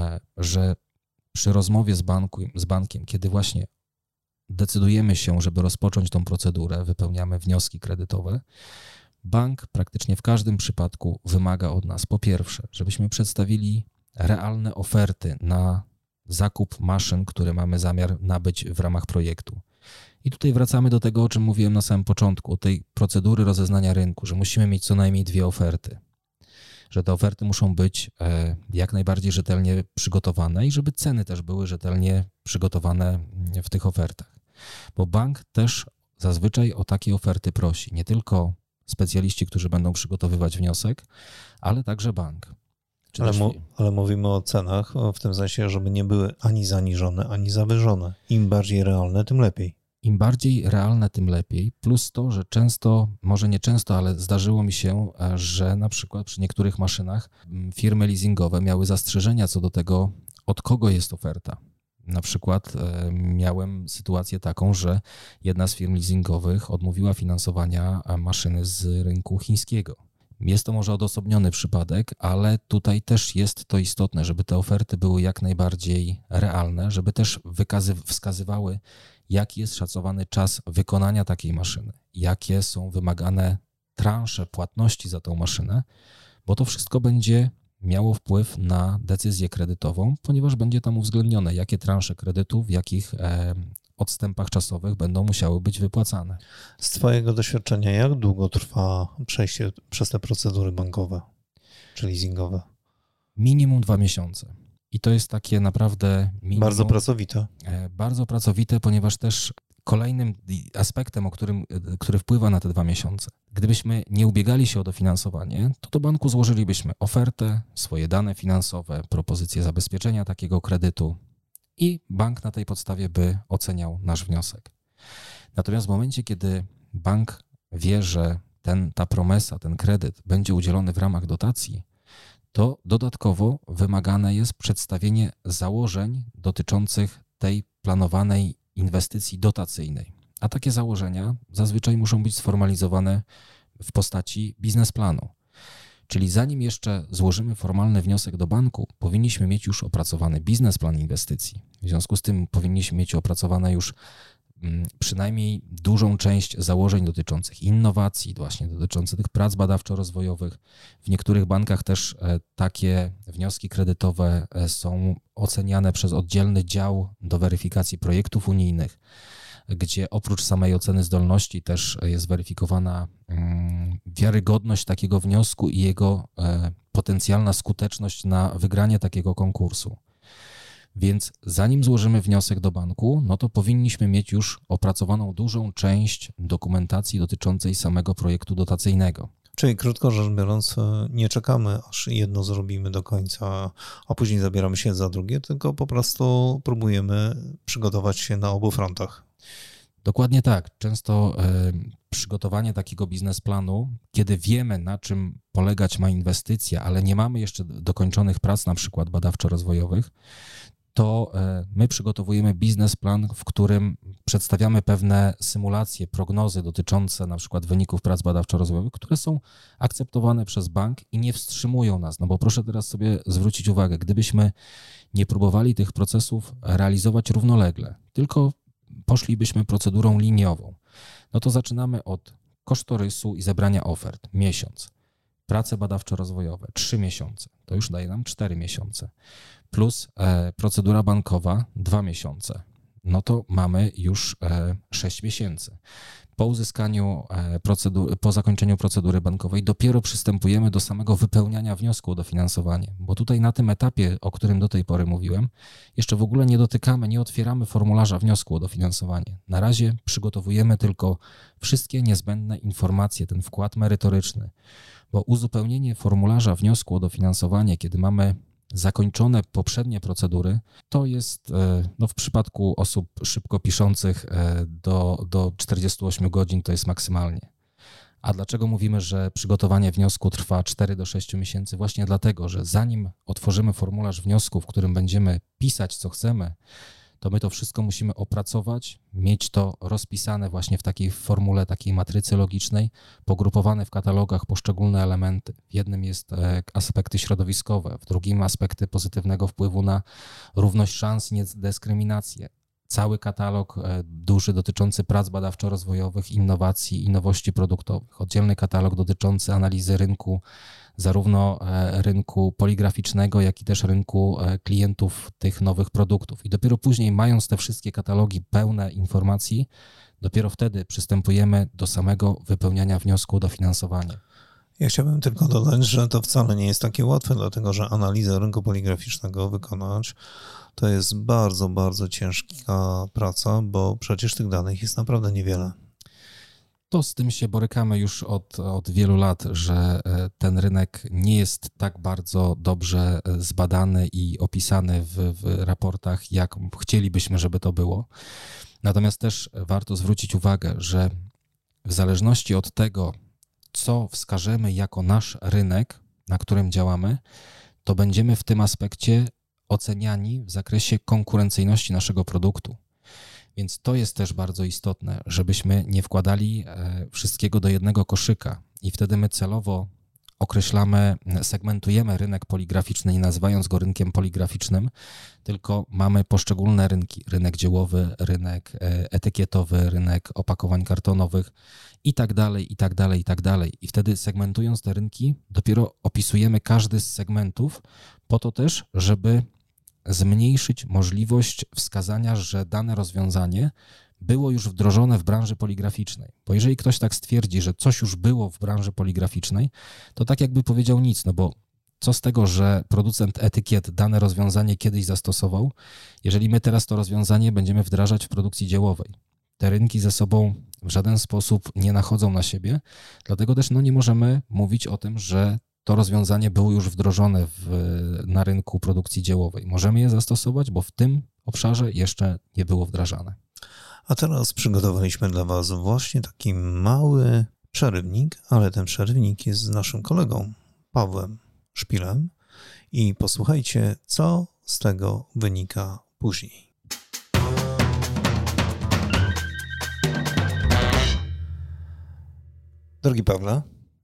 że przy rozmowie z, banku, z bankiem, kiedy właśnie decydujemy się, żeby rozpocząć tą procedurę, wypełniamy wnioski kredytowe, bank praktycznie w każdym przypadku wymaga od nas, po pierwsze, żebyśmy przedstawili realne oferty na zakup maszyn, które mamy zamiar nabyć w ramach projektu. I tutaj wracamy do tego, o czym mówiłem na samym początku, tej procedury rozeznania rynku, że musimy mieć co najmniej dwie oferty, że te oferty muszą być jak najbardziej rzetelnie przygotowane i żeby ceny też były rzetelnie przygotowane w tych ofertach. Bo bank też zazwyczaj o takie oferty prosi, nie tylko specjaliści, którzy będą przygotowywać wniosek, ale także bank. Ale, mu, ale mówimy o cenach w tym sensie, żeby nie były ani zaniżone, ani zawyżone. Im bardziej realne, tym lepiej. Im bardziej realne, tym lepiej. Plus to, że często, może nie często, ale zdarzyło mi się, że na przykład przy niektórych maszynach firmy leasingowe miały zastrzeżenia co do tego, od kogo jest oferta. Na przykład miałem sytuację taką, że jedna z firm leasingowych odmówiła finansowania maszyny z rynku chińskiego. Jest to może odosobniony przypadek, ale tutaj też jest to istotne, żeby te oferty były jak najbardziej realne, żeby też wykazy, wskazywały, jaki jest szacowany czas wykonania takiej maszyny, jakie są wymagane transze płatności za tą maszynę, bo to wszystko będzie miało wpływ na decyzję kredytową, ponieważ będzie tam uwzględnione, jakie transze kredytu, w jakich e, odstępach czasowych będą musiały być wypłacane. Z Twojego doświadczenia, jak długo trwa przejście przez te procedury bankowe czy leasingowe? Minimum dwa miesiące. I to jest takie naprawdę minimum. Bardzo pracowite. Bardzo pracowite, ponieważ też kolejnym aspektem, o którym, który wpływa na te dwa miesiące, gdybyśmy nie ubiegali się o dofinansowanie, to do banku złożylibyśmy ofertę, swoje dane finansowe, propozycję zabezpieczenia takiego kredytu i bank na tej podstawie by oceniał nasz wniosek. Natomiast w momencie, kiedy bank wie, że ten, ta promesa, ten kredyt będzie udzielony w ramach dotacji, to dodatkowo wymagane jest przedstawienie założeń dotyczących tej planowanej inwestycji dotacyjnej. A takie założenia zazwyczaj muszą być sformalizowane w postaci biznesplanu. Czyli zanim jeszcze złożymy formalny wniosek do banku, powinniśmy mieć już opracowany biznesplan inwestycji. W związku z tym powinniśmy mieć opracowane już przynajmniej dużą część założeń dotyczących innowacji, właśnie dotyczących tych prac badawczo-rozwojowych. W niektórych bankach też takie wnioski kredytowe są oceniane przez oddzielny dział do weryfikacji projektów unijnych, gdzie oprócz samej oceny zdolności też jest weryfikowana wiarygodność takiego wniosku i jego potencjalna skuteczność na wygranie takiego konkursu. Więc zanim złożymy wniosek do banku, no to powinniśmy mieć już opracowaną dużą część dokumentacji dotyczącej samego projektu dotacyjnego. Czyli krótko rzecz biorąc, nie czekamy, aż jedno zrobimy do końca, a później zabieramy się za drugie, tylko po prostu próbujemy przygotować się na obu frontach. Dokładnie tak. Często y, przygotowanie takiego biznesplanu, kiedy wiemy, na czym polegać ma inwestycja, ale nie mamy jeszcze dokończonych prac, na przykład badawczo-rozwojowych, to my przygotowujemy biznesplan, w którym przedstawiamy pewne symulacje, prognozy dotyczące na przykład wyników prac badawczo-rozwojowych, które są akceptowane przez bank i nie wstrzymują nas. No bo proszę teraz sobie zwrócić uwagę, gdybyśmy nie próbowali tych procesów realizować równolegle, tylko poszlibyśmy procedurą liniową, no to zaczynamy od kosztorysu i zebrania ofert, miesiąc. Prace badawczo-rozwojowe, trzy miesiące, to już daje nam cztery miesiące, plus e, procedura bankowa, dwa miesiące, no to mamy już e, sześć miesięcy. Po uzyskaniu, e, procedur, po zakończeniu procedury bankowej dopiero przystępujemy do samego wypełniania wniosku o dofinansowanie, bo tutaj na tym etapie, o którym do tej pory mówiłem, jeszcze w ogóle nie dotykamy, nie otwieramy formularza wniosku o dofinansowanie. Na razie przygotowujemy tylko wszystkie niezbędne informacje, ten wkład merytoryczny, bo uzupełnienie formularza wniosku o dofinansowanie, kiedy mamy zakończone poprzednie procedury, to jest no, w przypadku osób szybko piszących do, do czterdziestu ośmiu godzin to jest maksymalnie. A dlaczego mówimy, że przygotowanie wniosku trwa cztery do sześciu miesięcy? Właśnie dlatego, że zanim otworzymy formularz wniosku, w którym będziemy pisać co chcemy, to my to wszystko musimy opracować, mieć to rozpisane właśnie w takiej formule, takiej matrycy logicznej, pogrupowane w katalogach poszczególne elementy. W jednym jest aspekty środowiskowe, w drugim aspekty pozytywnego wpływu na równość szans i niedyskryminację. Cały katalog duży dotyczący prac badawczo-rozwojowych, innowacji i nowości produktowych. Oddzielny katalog dotyczący analizy rynku, zarówno rynku poligraficznego, jak i też rynku klientów tych nowych produktów. I dopiero później, mając te wszystkie katalogi pełne informacji, dopiero wtedy przystępujemy do samego wypełniania wniosku o dofinansowanie. Ja chciałbym tylko dodać, że to wcale nie jest takie łatwe, dlatego że analizę rynku poligraficznego wykonać to jest bardzo, bardzo ciężka praca, bo przecież tych danych jest naprawdę niewiele. To z tym się borykamy już od, od wielu lat, że ten rynek nie jest tak bardzo dobrze zbadany i opisany w, w raportach, jak chcielibyśmy, żeby to było. Natomiast też warto zwrócić uwagę, że w zależności od tego, co wskażemy jako nasz rynek, na którym działamy, to będziemy w tym aspekcie oceniani w zakresie konkurencyjności naszego produktu. Więc to jest też bardzo istotne, żebyśmy nie wkładali wszystkiego do jednego koszyka i wtedy my celowo określamy, segmentujemy rynek poligraficzny, nie nazywając go rynkiem poligraficznym, tylko mamy poszczególne rynki. Rynek dziełowy, rynek etykietowy, rynek opakowań kartonowych i tak dalej, i tak dalej, i tak dalej. I wtedy segmentując te rynki, dopiero opisujemy każdy z segmentów po to też, żeby zmniejszyć możliwość wskazania, że dane rozwiązanie było już wdrożone w branży poligraficznej. Bo jeżeli ktoś tak stwierdzi, że coś już było w branży poligraficznej, to tak jakby powiedział nic, no bo co z tego, że producent etykiet dane rozwiązanie kiedyś zastosował, jeżeli my teraz to rozwiązanie będziemy wdrażać w produkcji dziełowej. Te rynki ze sobą w żaden sposób nie nachodzą na siebie, dlatego też no, nie możemy mówić o tym, że to rozwiązanie było już wdrożone w, na rynku produkcji dziełowej. Możemy je zastosować, bo w tym obszarze jeszcze nie było wdrażane. A teraz przygotowaliśmy dla Was właśnie taki mały przerywnik, ale ten przerywnik jest z naszym kolegą Pawłem Szpilem i posłuchajcie, co z tego wynika później. Drogi Pawle,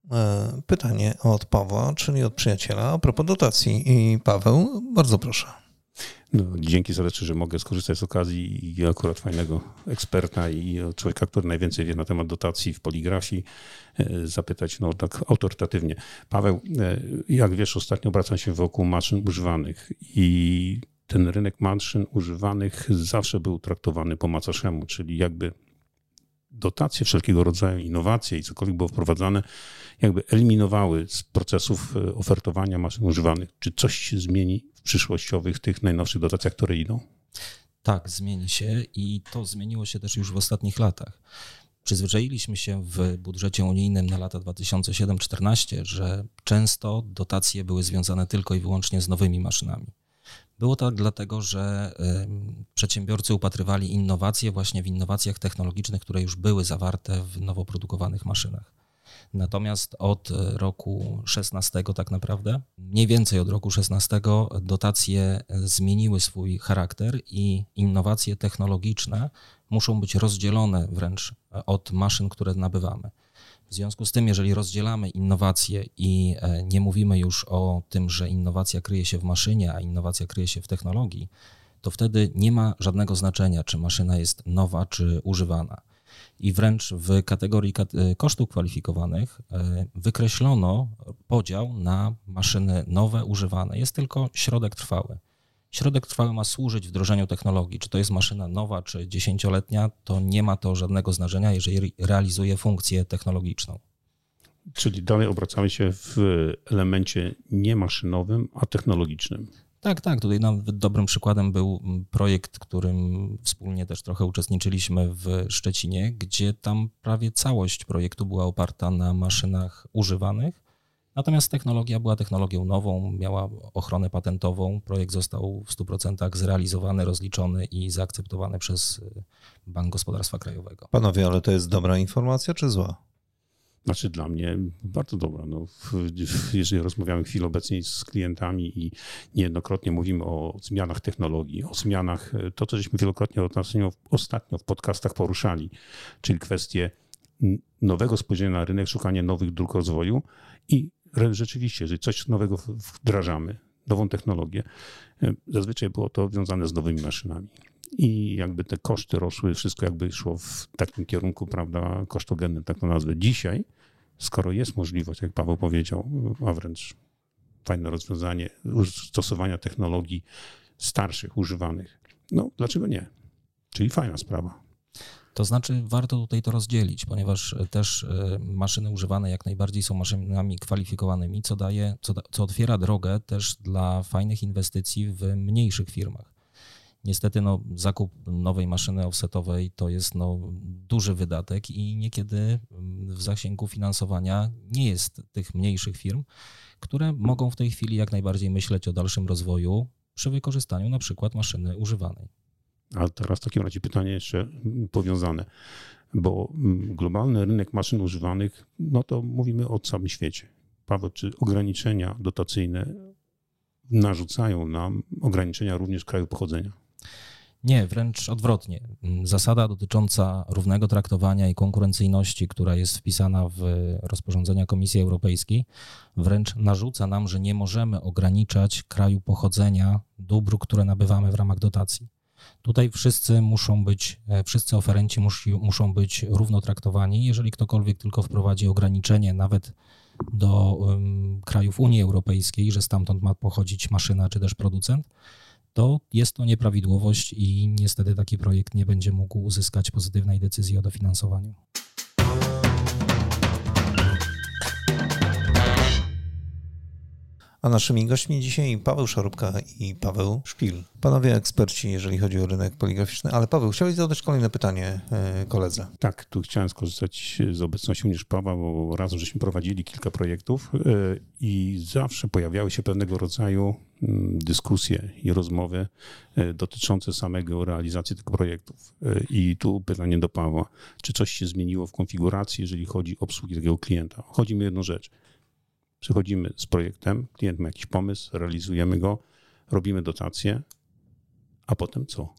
pytanie od Pawła, czyli od przyjaciela a propos dotacji. I Paweł, bardzo proszę. No, dzięki serdecznie, że mogę skorzystać z okazji i akurat fajnego eksperta i człowieka, który najwięcej wie na temat dotacji w poligrafii, zapytać no tak autorytatywnie. Paweł, jak wiesz, ostatnio obracam się wokół maszyn używanych i ten rynek maszyn używanych zawsze był traktowany po macoszemu, czyli jakby dotacje, wszelkiego rodzaju innowacje i cokolwiek było wprowadzane, jakby eliminowały z procesów ofertowania maszyn używanych. Czy coś się zmieni w przyszłościowych, tych najnowszych dotacjach, które idą? Tak, zmieni się i to zmieniło się też już w ostatnich latach. Przyzwyczailiśmy się w budżecie unijnym na lata dwa tysiące siedem do dwa tysiące czternaście, że często dotacje były związane tylko i wyłącznie z nowymi maszynami. Było tak dlatego, że przedsiębiorcy upatrywali innowacje właśnie w innowacjach technologicznych, które już były zawarte w nowo produkowanych maszynach. Natomiast od roku szesnastego tak naprawdę, mniej więcej od roku szesnastego dotacje zmieniły swój charakter i innowacje technologiczne muszą być rozdzielone wręcz od maszyn, które nabywamy. W związku z tym, jeżeli rozdzielamy innowacje i nie mówimy już o tym, że innowacja kryje się w maszynie, a innowacja kryje się w technologii, to wtedy nie ma żadnego znaczenia, czy maszyna jest nowa, czy używana. I wręcz w kategorii kosztów kwalifikowanych wykreślono podział na maszyny nowe, używane. Jest tylko środek trwały. Środek trwały ma służyć wdrożeniu technologii. Czy to jest maszyna nowa, czy dziesięcioletnia, to nie ma to żadnego znaczenia, jeżeli realizuje funkcję technologiczną. Czyli dalej obracamy się w elemencie nie maszynowym, a technologicznym. Tak, tak. Tutaj nawet dobrym przykładem był projekt, którym wspólnie też trochę uczestniczyliśmy w Szczecinie, gdzie tam prawie całość projektu była oparta na maszynach używanych. Natomiast technologia była technologią nową, miała ochronę patentową. Projekt został w stu procentach zrealizowany, rozliczony i zaakceptowany przez Bank Gospodarstwa Krajowego. Panowie, ale to jest dobra informacja czy zła? Znaczy dla mnie bardzo dobra. No, jeżeli rozmawiamy w chwili obecnej z klientami i niejednokrotnie mówimy o zmianach technologii, o zmianach, to co żeśmy wielokrotnie ostatnio, ostatnio w podcastach poruszali, czyli kwestie nowego spojrzenia na rynek, szukanie nowych dróg rozwoju i rzeczywiście, jeżeli coś nowego wdrażamy, nową technologię, zazwyczaj było to związane z nowymi maszynami. I jakby te koszty rosły, wszystko jakby szło w takim kierunku, prawda, kosztogennym, tak to nazwę. Dzisiaj, skoro jest możliwość, jak Paweł powiedział, a wręcz fajne rozwiązanie stosowania technologii starszych, używanych, no dlaczego nie? Czyli fajna sprawa. To znaczy warto tutaj to rozdzielić, ponieważ też maszyny używane jak najbardziej są maszynami kwalifikowanymi, co daje, co, co otwiera drogę też dla fajnych inwestycji w mniejszych firmach. Niestety no, zakup nowej maszyny offsetowej to jest no, duży wydatek i niekiedy w zasięgu finansowania nie jest tych mniejszych firm, które mogą w tej chwili jak najbardziej myśleć o dalszym rozwoju przy wykorzystaniu na przykład maszyny używanej. A teraz w takim razie pytanie jeszcze powiązane, bo globalny rynek maszyn używanych, no to mówimy o całym świecie. Paweł, czy ograniczenia dotacyjne narzucają nam ograniczenia również w kraju pochodzenia? Nie, wręcz odwrotnie. Zasada dotycząca równego traktowania i konkurencyjności, która jest wpisana w rozporządzenia Komisji Europejskiej, wręcz narzuca nam, że nie możemy ograniczać kraju pochodzenia dóbr, które nabywamy w ramach dotacji. Tutaj wszyscy muszą być, wszyscy oferenci musi, muszą być równo traktowani. Jeżeli ktokolwiek tylko wprowadzi ograniczenie nawet do um, krajów Unii Europejskiej, że stamtąd ma pochodzić maszyna czy też producent, to jest to nieprawidłowość i niestety taki projekt nie będzie mógł uzyskać pozytywnej decyzji o dofinansowaniu. A naszymi gośćmi dzisiaj Paweł Szarupka i Paweł Szpil. Panowie eksperci, jeżeli chodzi o rynek poligraficzny. Ale Paweł, chciałeś zadać kolejne pytanie koledze. Tak, tu chciałem skorzystać z obecności również Pawła, bo razem żeśmy prowadzili kilka projektów i zawsze pojawiały się pewnego rodzaju dyskusje i rozmowy dotyczące samego realizacji tych projektów. I tu pytanie do Pawła. Czy coś się zmieniło w konfiguracji, jeżeli chodzi o obsługi takiego klienta? Chodzi mi o jedną rzecz. Przychodzimy z projektem, klient ma jakiś pomysł, realizujemy go, robimy dotację, a potem co?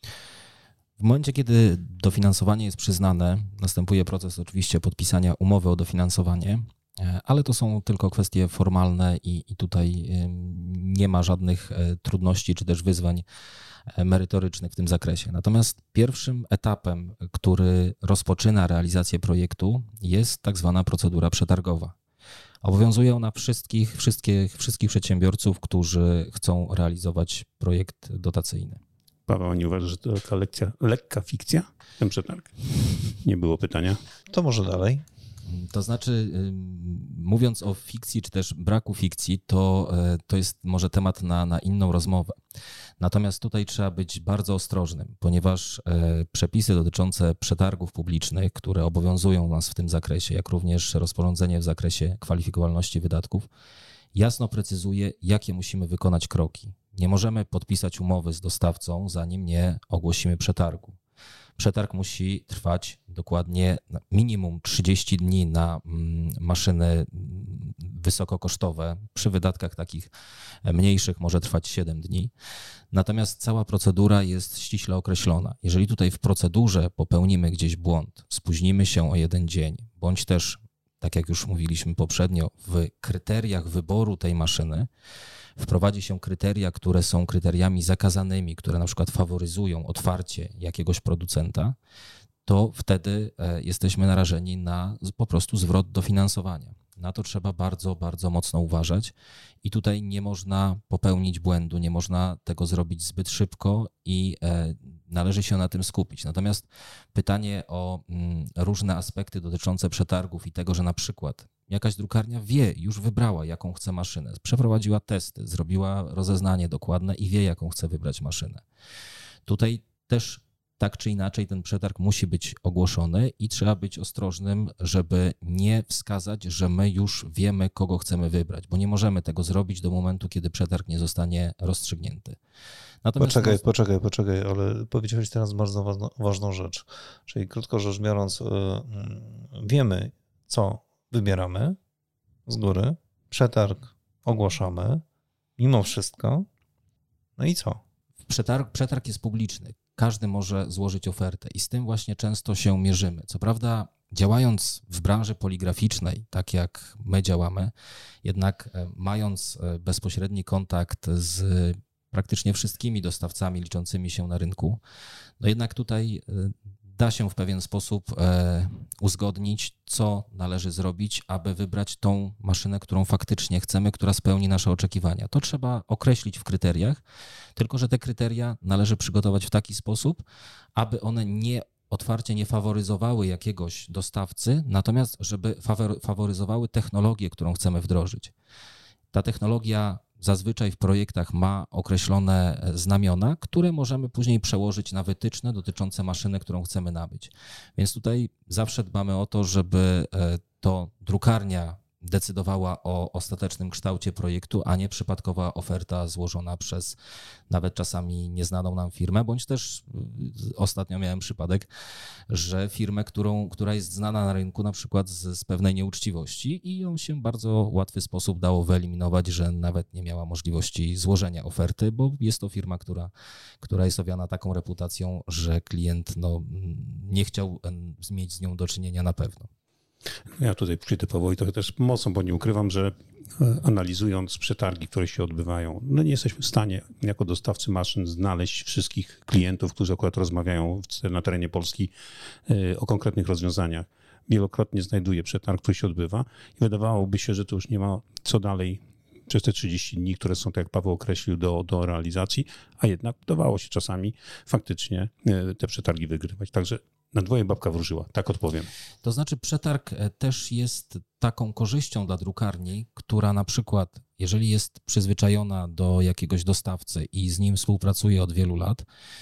W momencie, kiedy dofinansowanie jest przyznane, następuje proces oczywiście podpisania umowy o dofinansowanie, ale to są tylko kwestie formalne i, i tutaj nie ma żadnych trudności czy też wyzwań merytorycznych w tym zakresie. Natomiast pierwszym etapem, który rozpoczyna realizację projektu, jest tak zwana procedura przetargowa. Obowiązuje ona wszystkich, wszystkich, wszystkich przedsiębiorców, którzy chcą realizować projekt dotacyjny. Paweł, nie uważasz, że to taka lekcja, lekka fikcja, ten przetarg? Nie było pytania. To może dalej. To znaczy, mówiąc o fikcji, czy też braku fikcji, to, to jest może temat na, na inną rozmowę. Natomiast tutaj trzeba być bardzo ostrożnym, ponieważ przepisy dotyczące przetargów publicznych, które obowiązują nas w tym zakresie, jak również rozporządzenie w zakresie kwalifikowalności wydatków, jasno precyzuje, jakie musimy wykonać kroki. Nie możemy podpisać umowy z dostawcą, zanim nie ogłosimy przetargu. Przetarg musi trwać dokładnie minimum trzydzieści dni na maszyny wysokokosztowe. Przy wydatkach takich mniejszych może trwać siedem dni. Natomiast cała procedura jest ściśle określona. Jeżeli tutaj w procedurze popełnimy gdzieś błąd, spóźnimy się o jeden dzień, bądź też, tak jak już mówiliśmy poprzednio, w kryteriach wyboru tej maszyny, wprowadzi się kryteria, które są kryteriami zakazanymi, które na przykład faworyzują otwarcie jakiegoś producenta, to wtedy jesteśmy narażeni na po prostu zwrot dofinansowania. Na to trzeba bardzo, bardzo mocno uważać i tutaj nie można popełnić błędu, nie można tego zrobić zbyt szybko i należy się na tym skupić. Natomiast pytanie o różne aspekty dotyczące przetargów i tego, że na przykład jakaś drukarnia wie, już wybrała, jaką chce maszynę, przeprowadziła testy, zrobiła rozeznanie dokładne i wie, jaką chce wybrać maszynę. Tutaj też tak czy inaczej ten przetarg musi być ogłoszony i trzeba być ostrożnym, żeby nie wskazać, że my już wiemy, kogo chcemy wybrać, bo nie możemy tego zrobić do momentu, kiedy przetarg nie zostanie rozstrzygnięty. Natomiast poczekaj, no... poczekaj, poczekaj, ale powiedziałeś teraz bardzo ważną, ważną rzecz. Czyli krótko rzecz biorąc, yy, wiemy, co wybieramy z góry, przetarg ogłaszamy, mimo wszystko, no i co? Przetarg, przetarg jest publiczny. Każdy może złożyć ofertę i z tym właśnie często się mierzymy. Co prawda, działając w branży poligraficznej, tak jak my działamy, jednak mając bezpośredni kontakt z praktycznie wszystkimi dostawcami liczącymi się na rynku, no jednak tutaj da się w pewien sposób uzgodnić, co należy zrobić, aby wybrać tą maszynę, którą faktycznie chcemy, która spełni nasze oczekiwania. To trzeba określić w kryteriach, tylko że te kryteria należy przygotować w taki sposób, aby one nie otwarcie nie faworyzowały jakiegoś dostawcy, natomiast żeby faworyzowały technologię, którą chcemy wdrożyć. Ta technologia zazwyczaj w projektach ma określone znamiona, które możemy później przełożyć na wytyczne dotyczące maszyny, którą chcemy nabyć. Więc tutaj zawsze dbamy o to, żeby to drukarnia decydowała o ostatecznym kształcie projektu, a nie przypadkowa oferta złożona przez nawet czasami nieznaną nam firmę, bądź też ostatnio miałem przypadek, że firmę, którą, która jest znana na rynku na przykład z, z pewnej nieuczciwości i ją się w bardzo łatwy sposób dało wyeliminować, że nawet nie miała możliwości złożenia oferty, bo jest to firma, która, która jest owiana taką reputacją, że klient no, nie chciał mieć z nią do czynienia na pewno. Ja tutaj przyjdę powoli, trochę też mocno, bo nie ukrywam, że analizując przetargi, które się odbywają, no nie jesteśmy w stanie jako dostawcy maszyn znaleźć wszystkich klientów, którzy akurat rozmawiają na terenie Polski o konkretnych rozwiązaniach. Wielokrotnie znajduję przetarg, który się odbywa i wydawałoby się, że to już nie ma co dalej przez te trzydzieści dni, które są, tak jak Paweł określił, do, do realizacji, a jednak udawało się czasami faktycznie te przetargi wygrywać. Także na dwoje babka wróżyła, tak odpowiem. To znaczy przetarg też jest taką korzyścią dla drukarni, która na przykład, jeżeli jest przyzwyczajona do jakiegoś dostawcy i z nim współpracuje od wielu lat,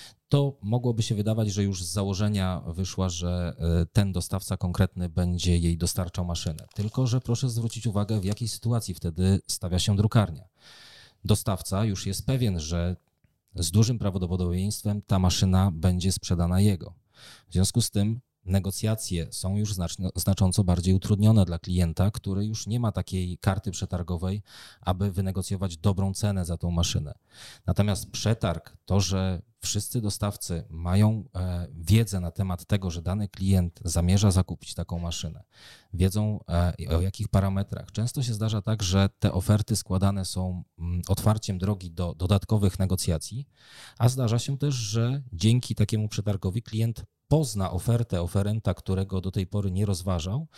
to mogłoby się wydawać, że już z założenia wyszła, że ten dostawca konkretny będzie jej dostarczał maszynę. Tylko że proszę zwrócić uwagę, w jakiej sytuacji wtedy stawia się drukarnia. Dostawca już jest pewien, że z dużym prawdopodobieństwem ta maszyna będzie sprzedana jego. W związku z tym negocjacje są już znacznie, znacząco bardziej utrudnione dla klienta, który już nie ma takiej karty przetargowej, aby wynegocjować dobrą cenę za tą maszynę. Natomiast przetarg, to, że wszyscy dostawcy mają e, wiedzę na temat tego, że dany klient zamierza zakupić taką maszynę, wiedzą e, o jakich parametrach. Często się zdarza tak, że te oferty składane są m, otwarciem drogi do dodatkowych negocjacji, a zdarza się też, że dzięki takiemu przetargowi klient pozna ofertę oferenta, którego do tej pory nie rozważał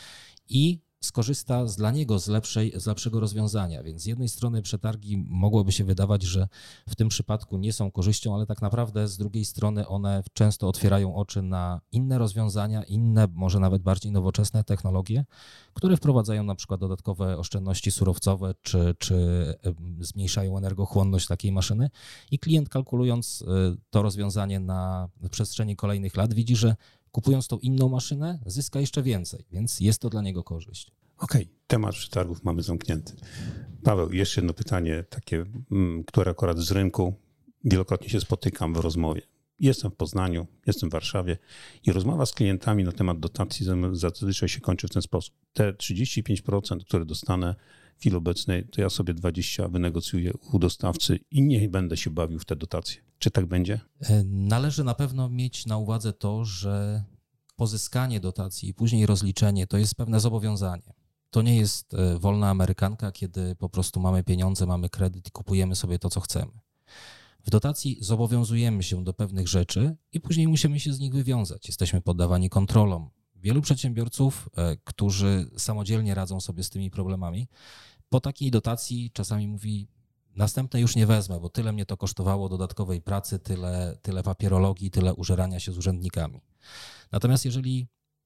i skorzysta z dla niego z, lepszej, z lepszego rozwiązania. Więc z jednej strony przetargi mogłoby się wydawać, że w tym przypadku nie są korzyścią, ale tak naprawdę z drugiej strony one często otwierają oczy na inne rozwiązania, inne, może nawet bardziej nowoczesne technologie, które wprowadzają na przykład dodatkowe oszczędności surowcowe, czy, czy zmniejszają energochłonność takiej maszyny i klient, kalkulując to rozwiązanie na przestrzeni kolejnych lat, widzi, że kupując tą inną maszynę, zyska jeszcze więcej, więc jest to dla niego korzyść. Okej, okay, temat przetargów mamy zamknięty. Paweł, jeszcze jedno pytanie, takie, które akurat z rynku wielokrotnie się spotykam w rozmowie. Jestem w Poznaniu, jestem w Warszawie i rozmowa z klientami na temat dotacji zazwyczaj się kończy w ten sposób. Te trzydzieści pięć procent, które dostanę w chwili obecnej, to ja sobie dwadzieścia procent wynegocjuję u dostawcy i nie będę się bawił w te dotacje. Czy tak będzie? Należy na pewno mieć na uwadze to, że pozyskanie dotacji i później rozliczenie to jest pewne zobowiązanie. To nie jest wolna amerykanka, kiedy po prostu mamy pieniądze, mamy kredyt i kupujemy sobie to, co chcemy. W dotacji zobowiązujemy się do pewnych rzeczy i później musimy się z nich wywiązać. Jesteśmy poddawani kontrolom. Wielu przedsiębiorców, którzy samodzielnie radzą sobie z tymi problemami, po takiej dotacji czasami mówi: następne już nie wezmę, bo tyle mnie to kosztowało dodatkowej pracy, tyle, tyle papierologii, tyle użerania się z urzędnikami. Natomiast jeżeli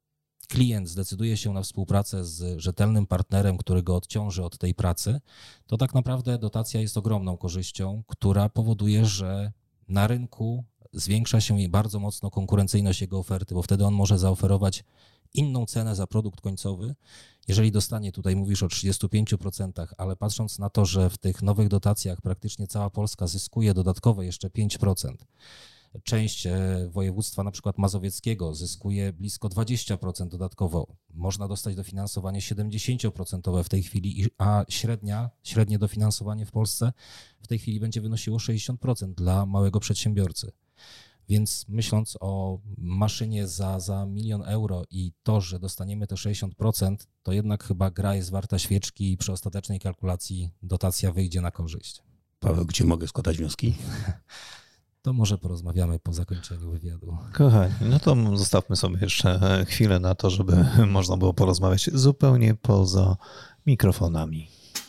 klient zdecyduje się na współpracę z rzetelnym partnerem, który go odciąży od tej pracy, to tak naprawdę dotacja jest ogromną korzyścią, która powoduje, że na rynku zwiększa się bardzo mocno konkurencyjność jego oferty, bo wtedy on może zaoferować inną cenę za produkt końcowy. Jeżeli dostanie, tutaj mówisz o trzydziestu pięciu procentach, ale patrząc na to, że w tych nowych dotacjach praktycznie cała Polska zyskuje dodatkowe jeszcze pięć procent, część województwa na przykład mazowieckiego zyskuje blisko dwadzieścia procent dodatkowo. Można dostać dofinansowanie siedemdziesiąt procent w tej chwili, a średnia, średnie dofinansowanie w Polsce w tej chwili będzie wynosiło sześćdziesiąt procent dla małego przedsiębiorcy. Więc myśląc o maszynie za, za milion euro i to, że dostaniemy te sześćdziesiąt procent, to jednak chyba gra jest warta świeczki i przy ostatecznej kalkulacji dotacja wyjdzie na korzyść. Paweł, gdzie mogę składać wnioski? To może porozmawiamy po zakończeniu wywiadu. Kochani, no to zostawmy sobie jeszcze chwilę na to, żeby można było porozmawiać zupełnie poza mikrofonami.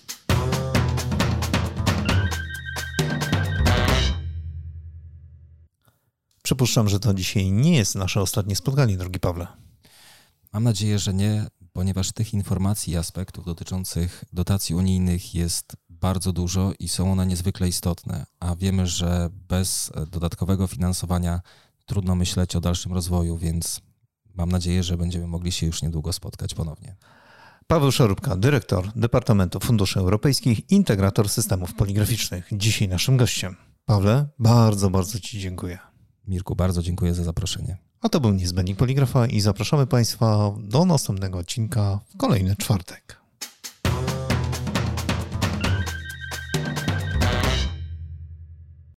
Przypuszczam, że to dzisiaj nie jest nasze ostatnie spotkanie, drogi Pawle. Mam nadzieję, że nie, ponieważ tych informacji i aspektów dotyczących dotacji unijnych jest bardzo dużo i są one niezwykle istotne, a wiemy, że bez dodatkowego finansowania trudno myśleć o dalszym rozwoju, więc mam nadzieję, że będziemy mogli się już niedługo spotkać ponownie. Paweł Szorupka, dyrektor Departamentu Funduszy Europejskich, integrator systemów poligraficznych. Dzisiaj naszym gościem. Pawle, bardzo, bardzo Ci dziękuję. Mirku, bardzo dziękuję za zaproszenie. A to był Niezbędnik Poligrafa i zapraszamy Państwa do następnego odcinka w kolejny czwartek.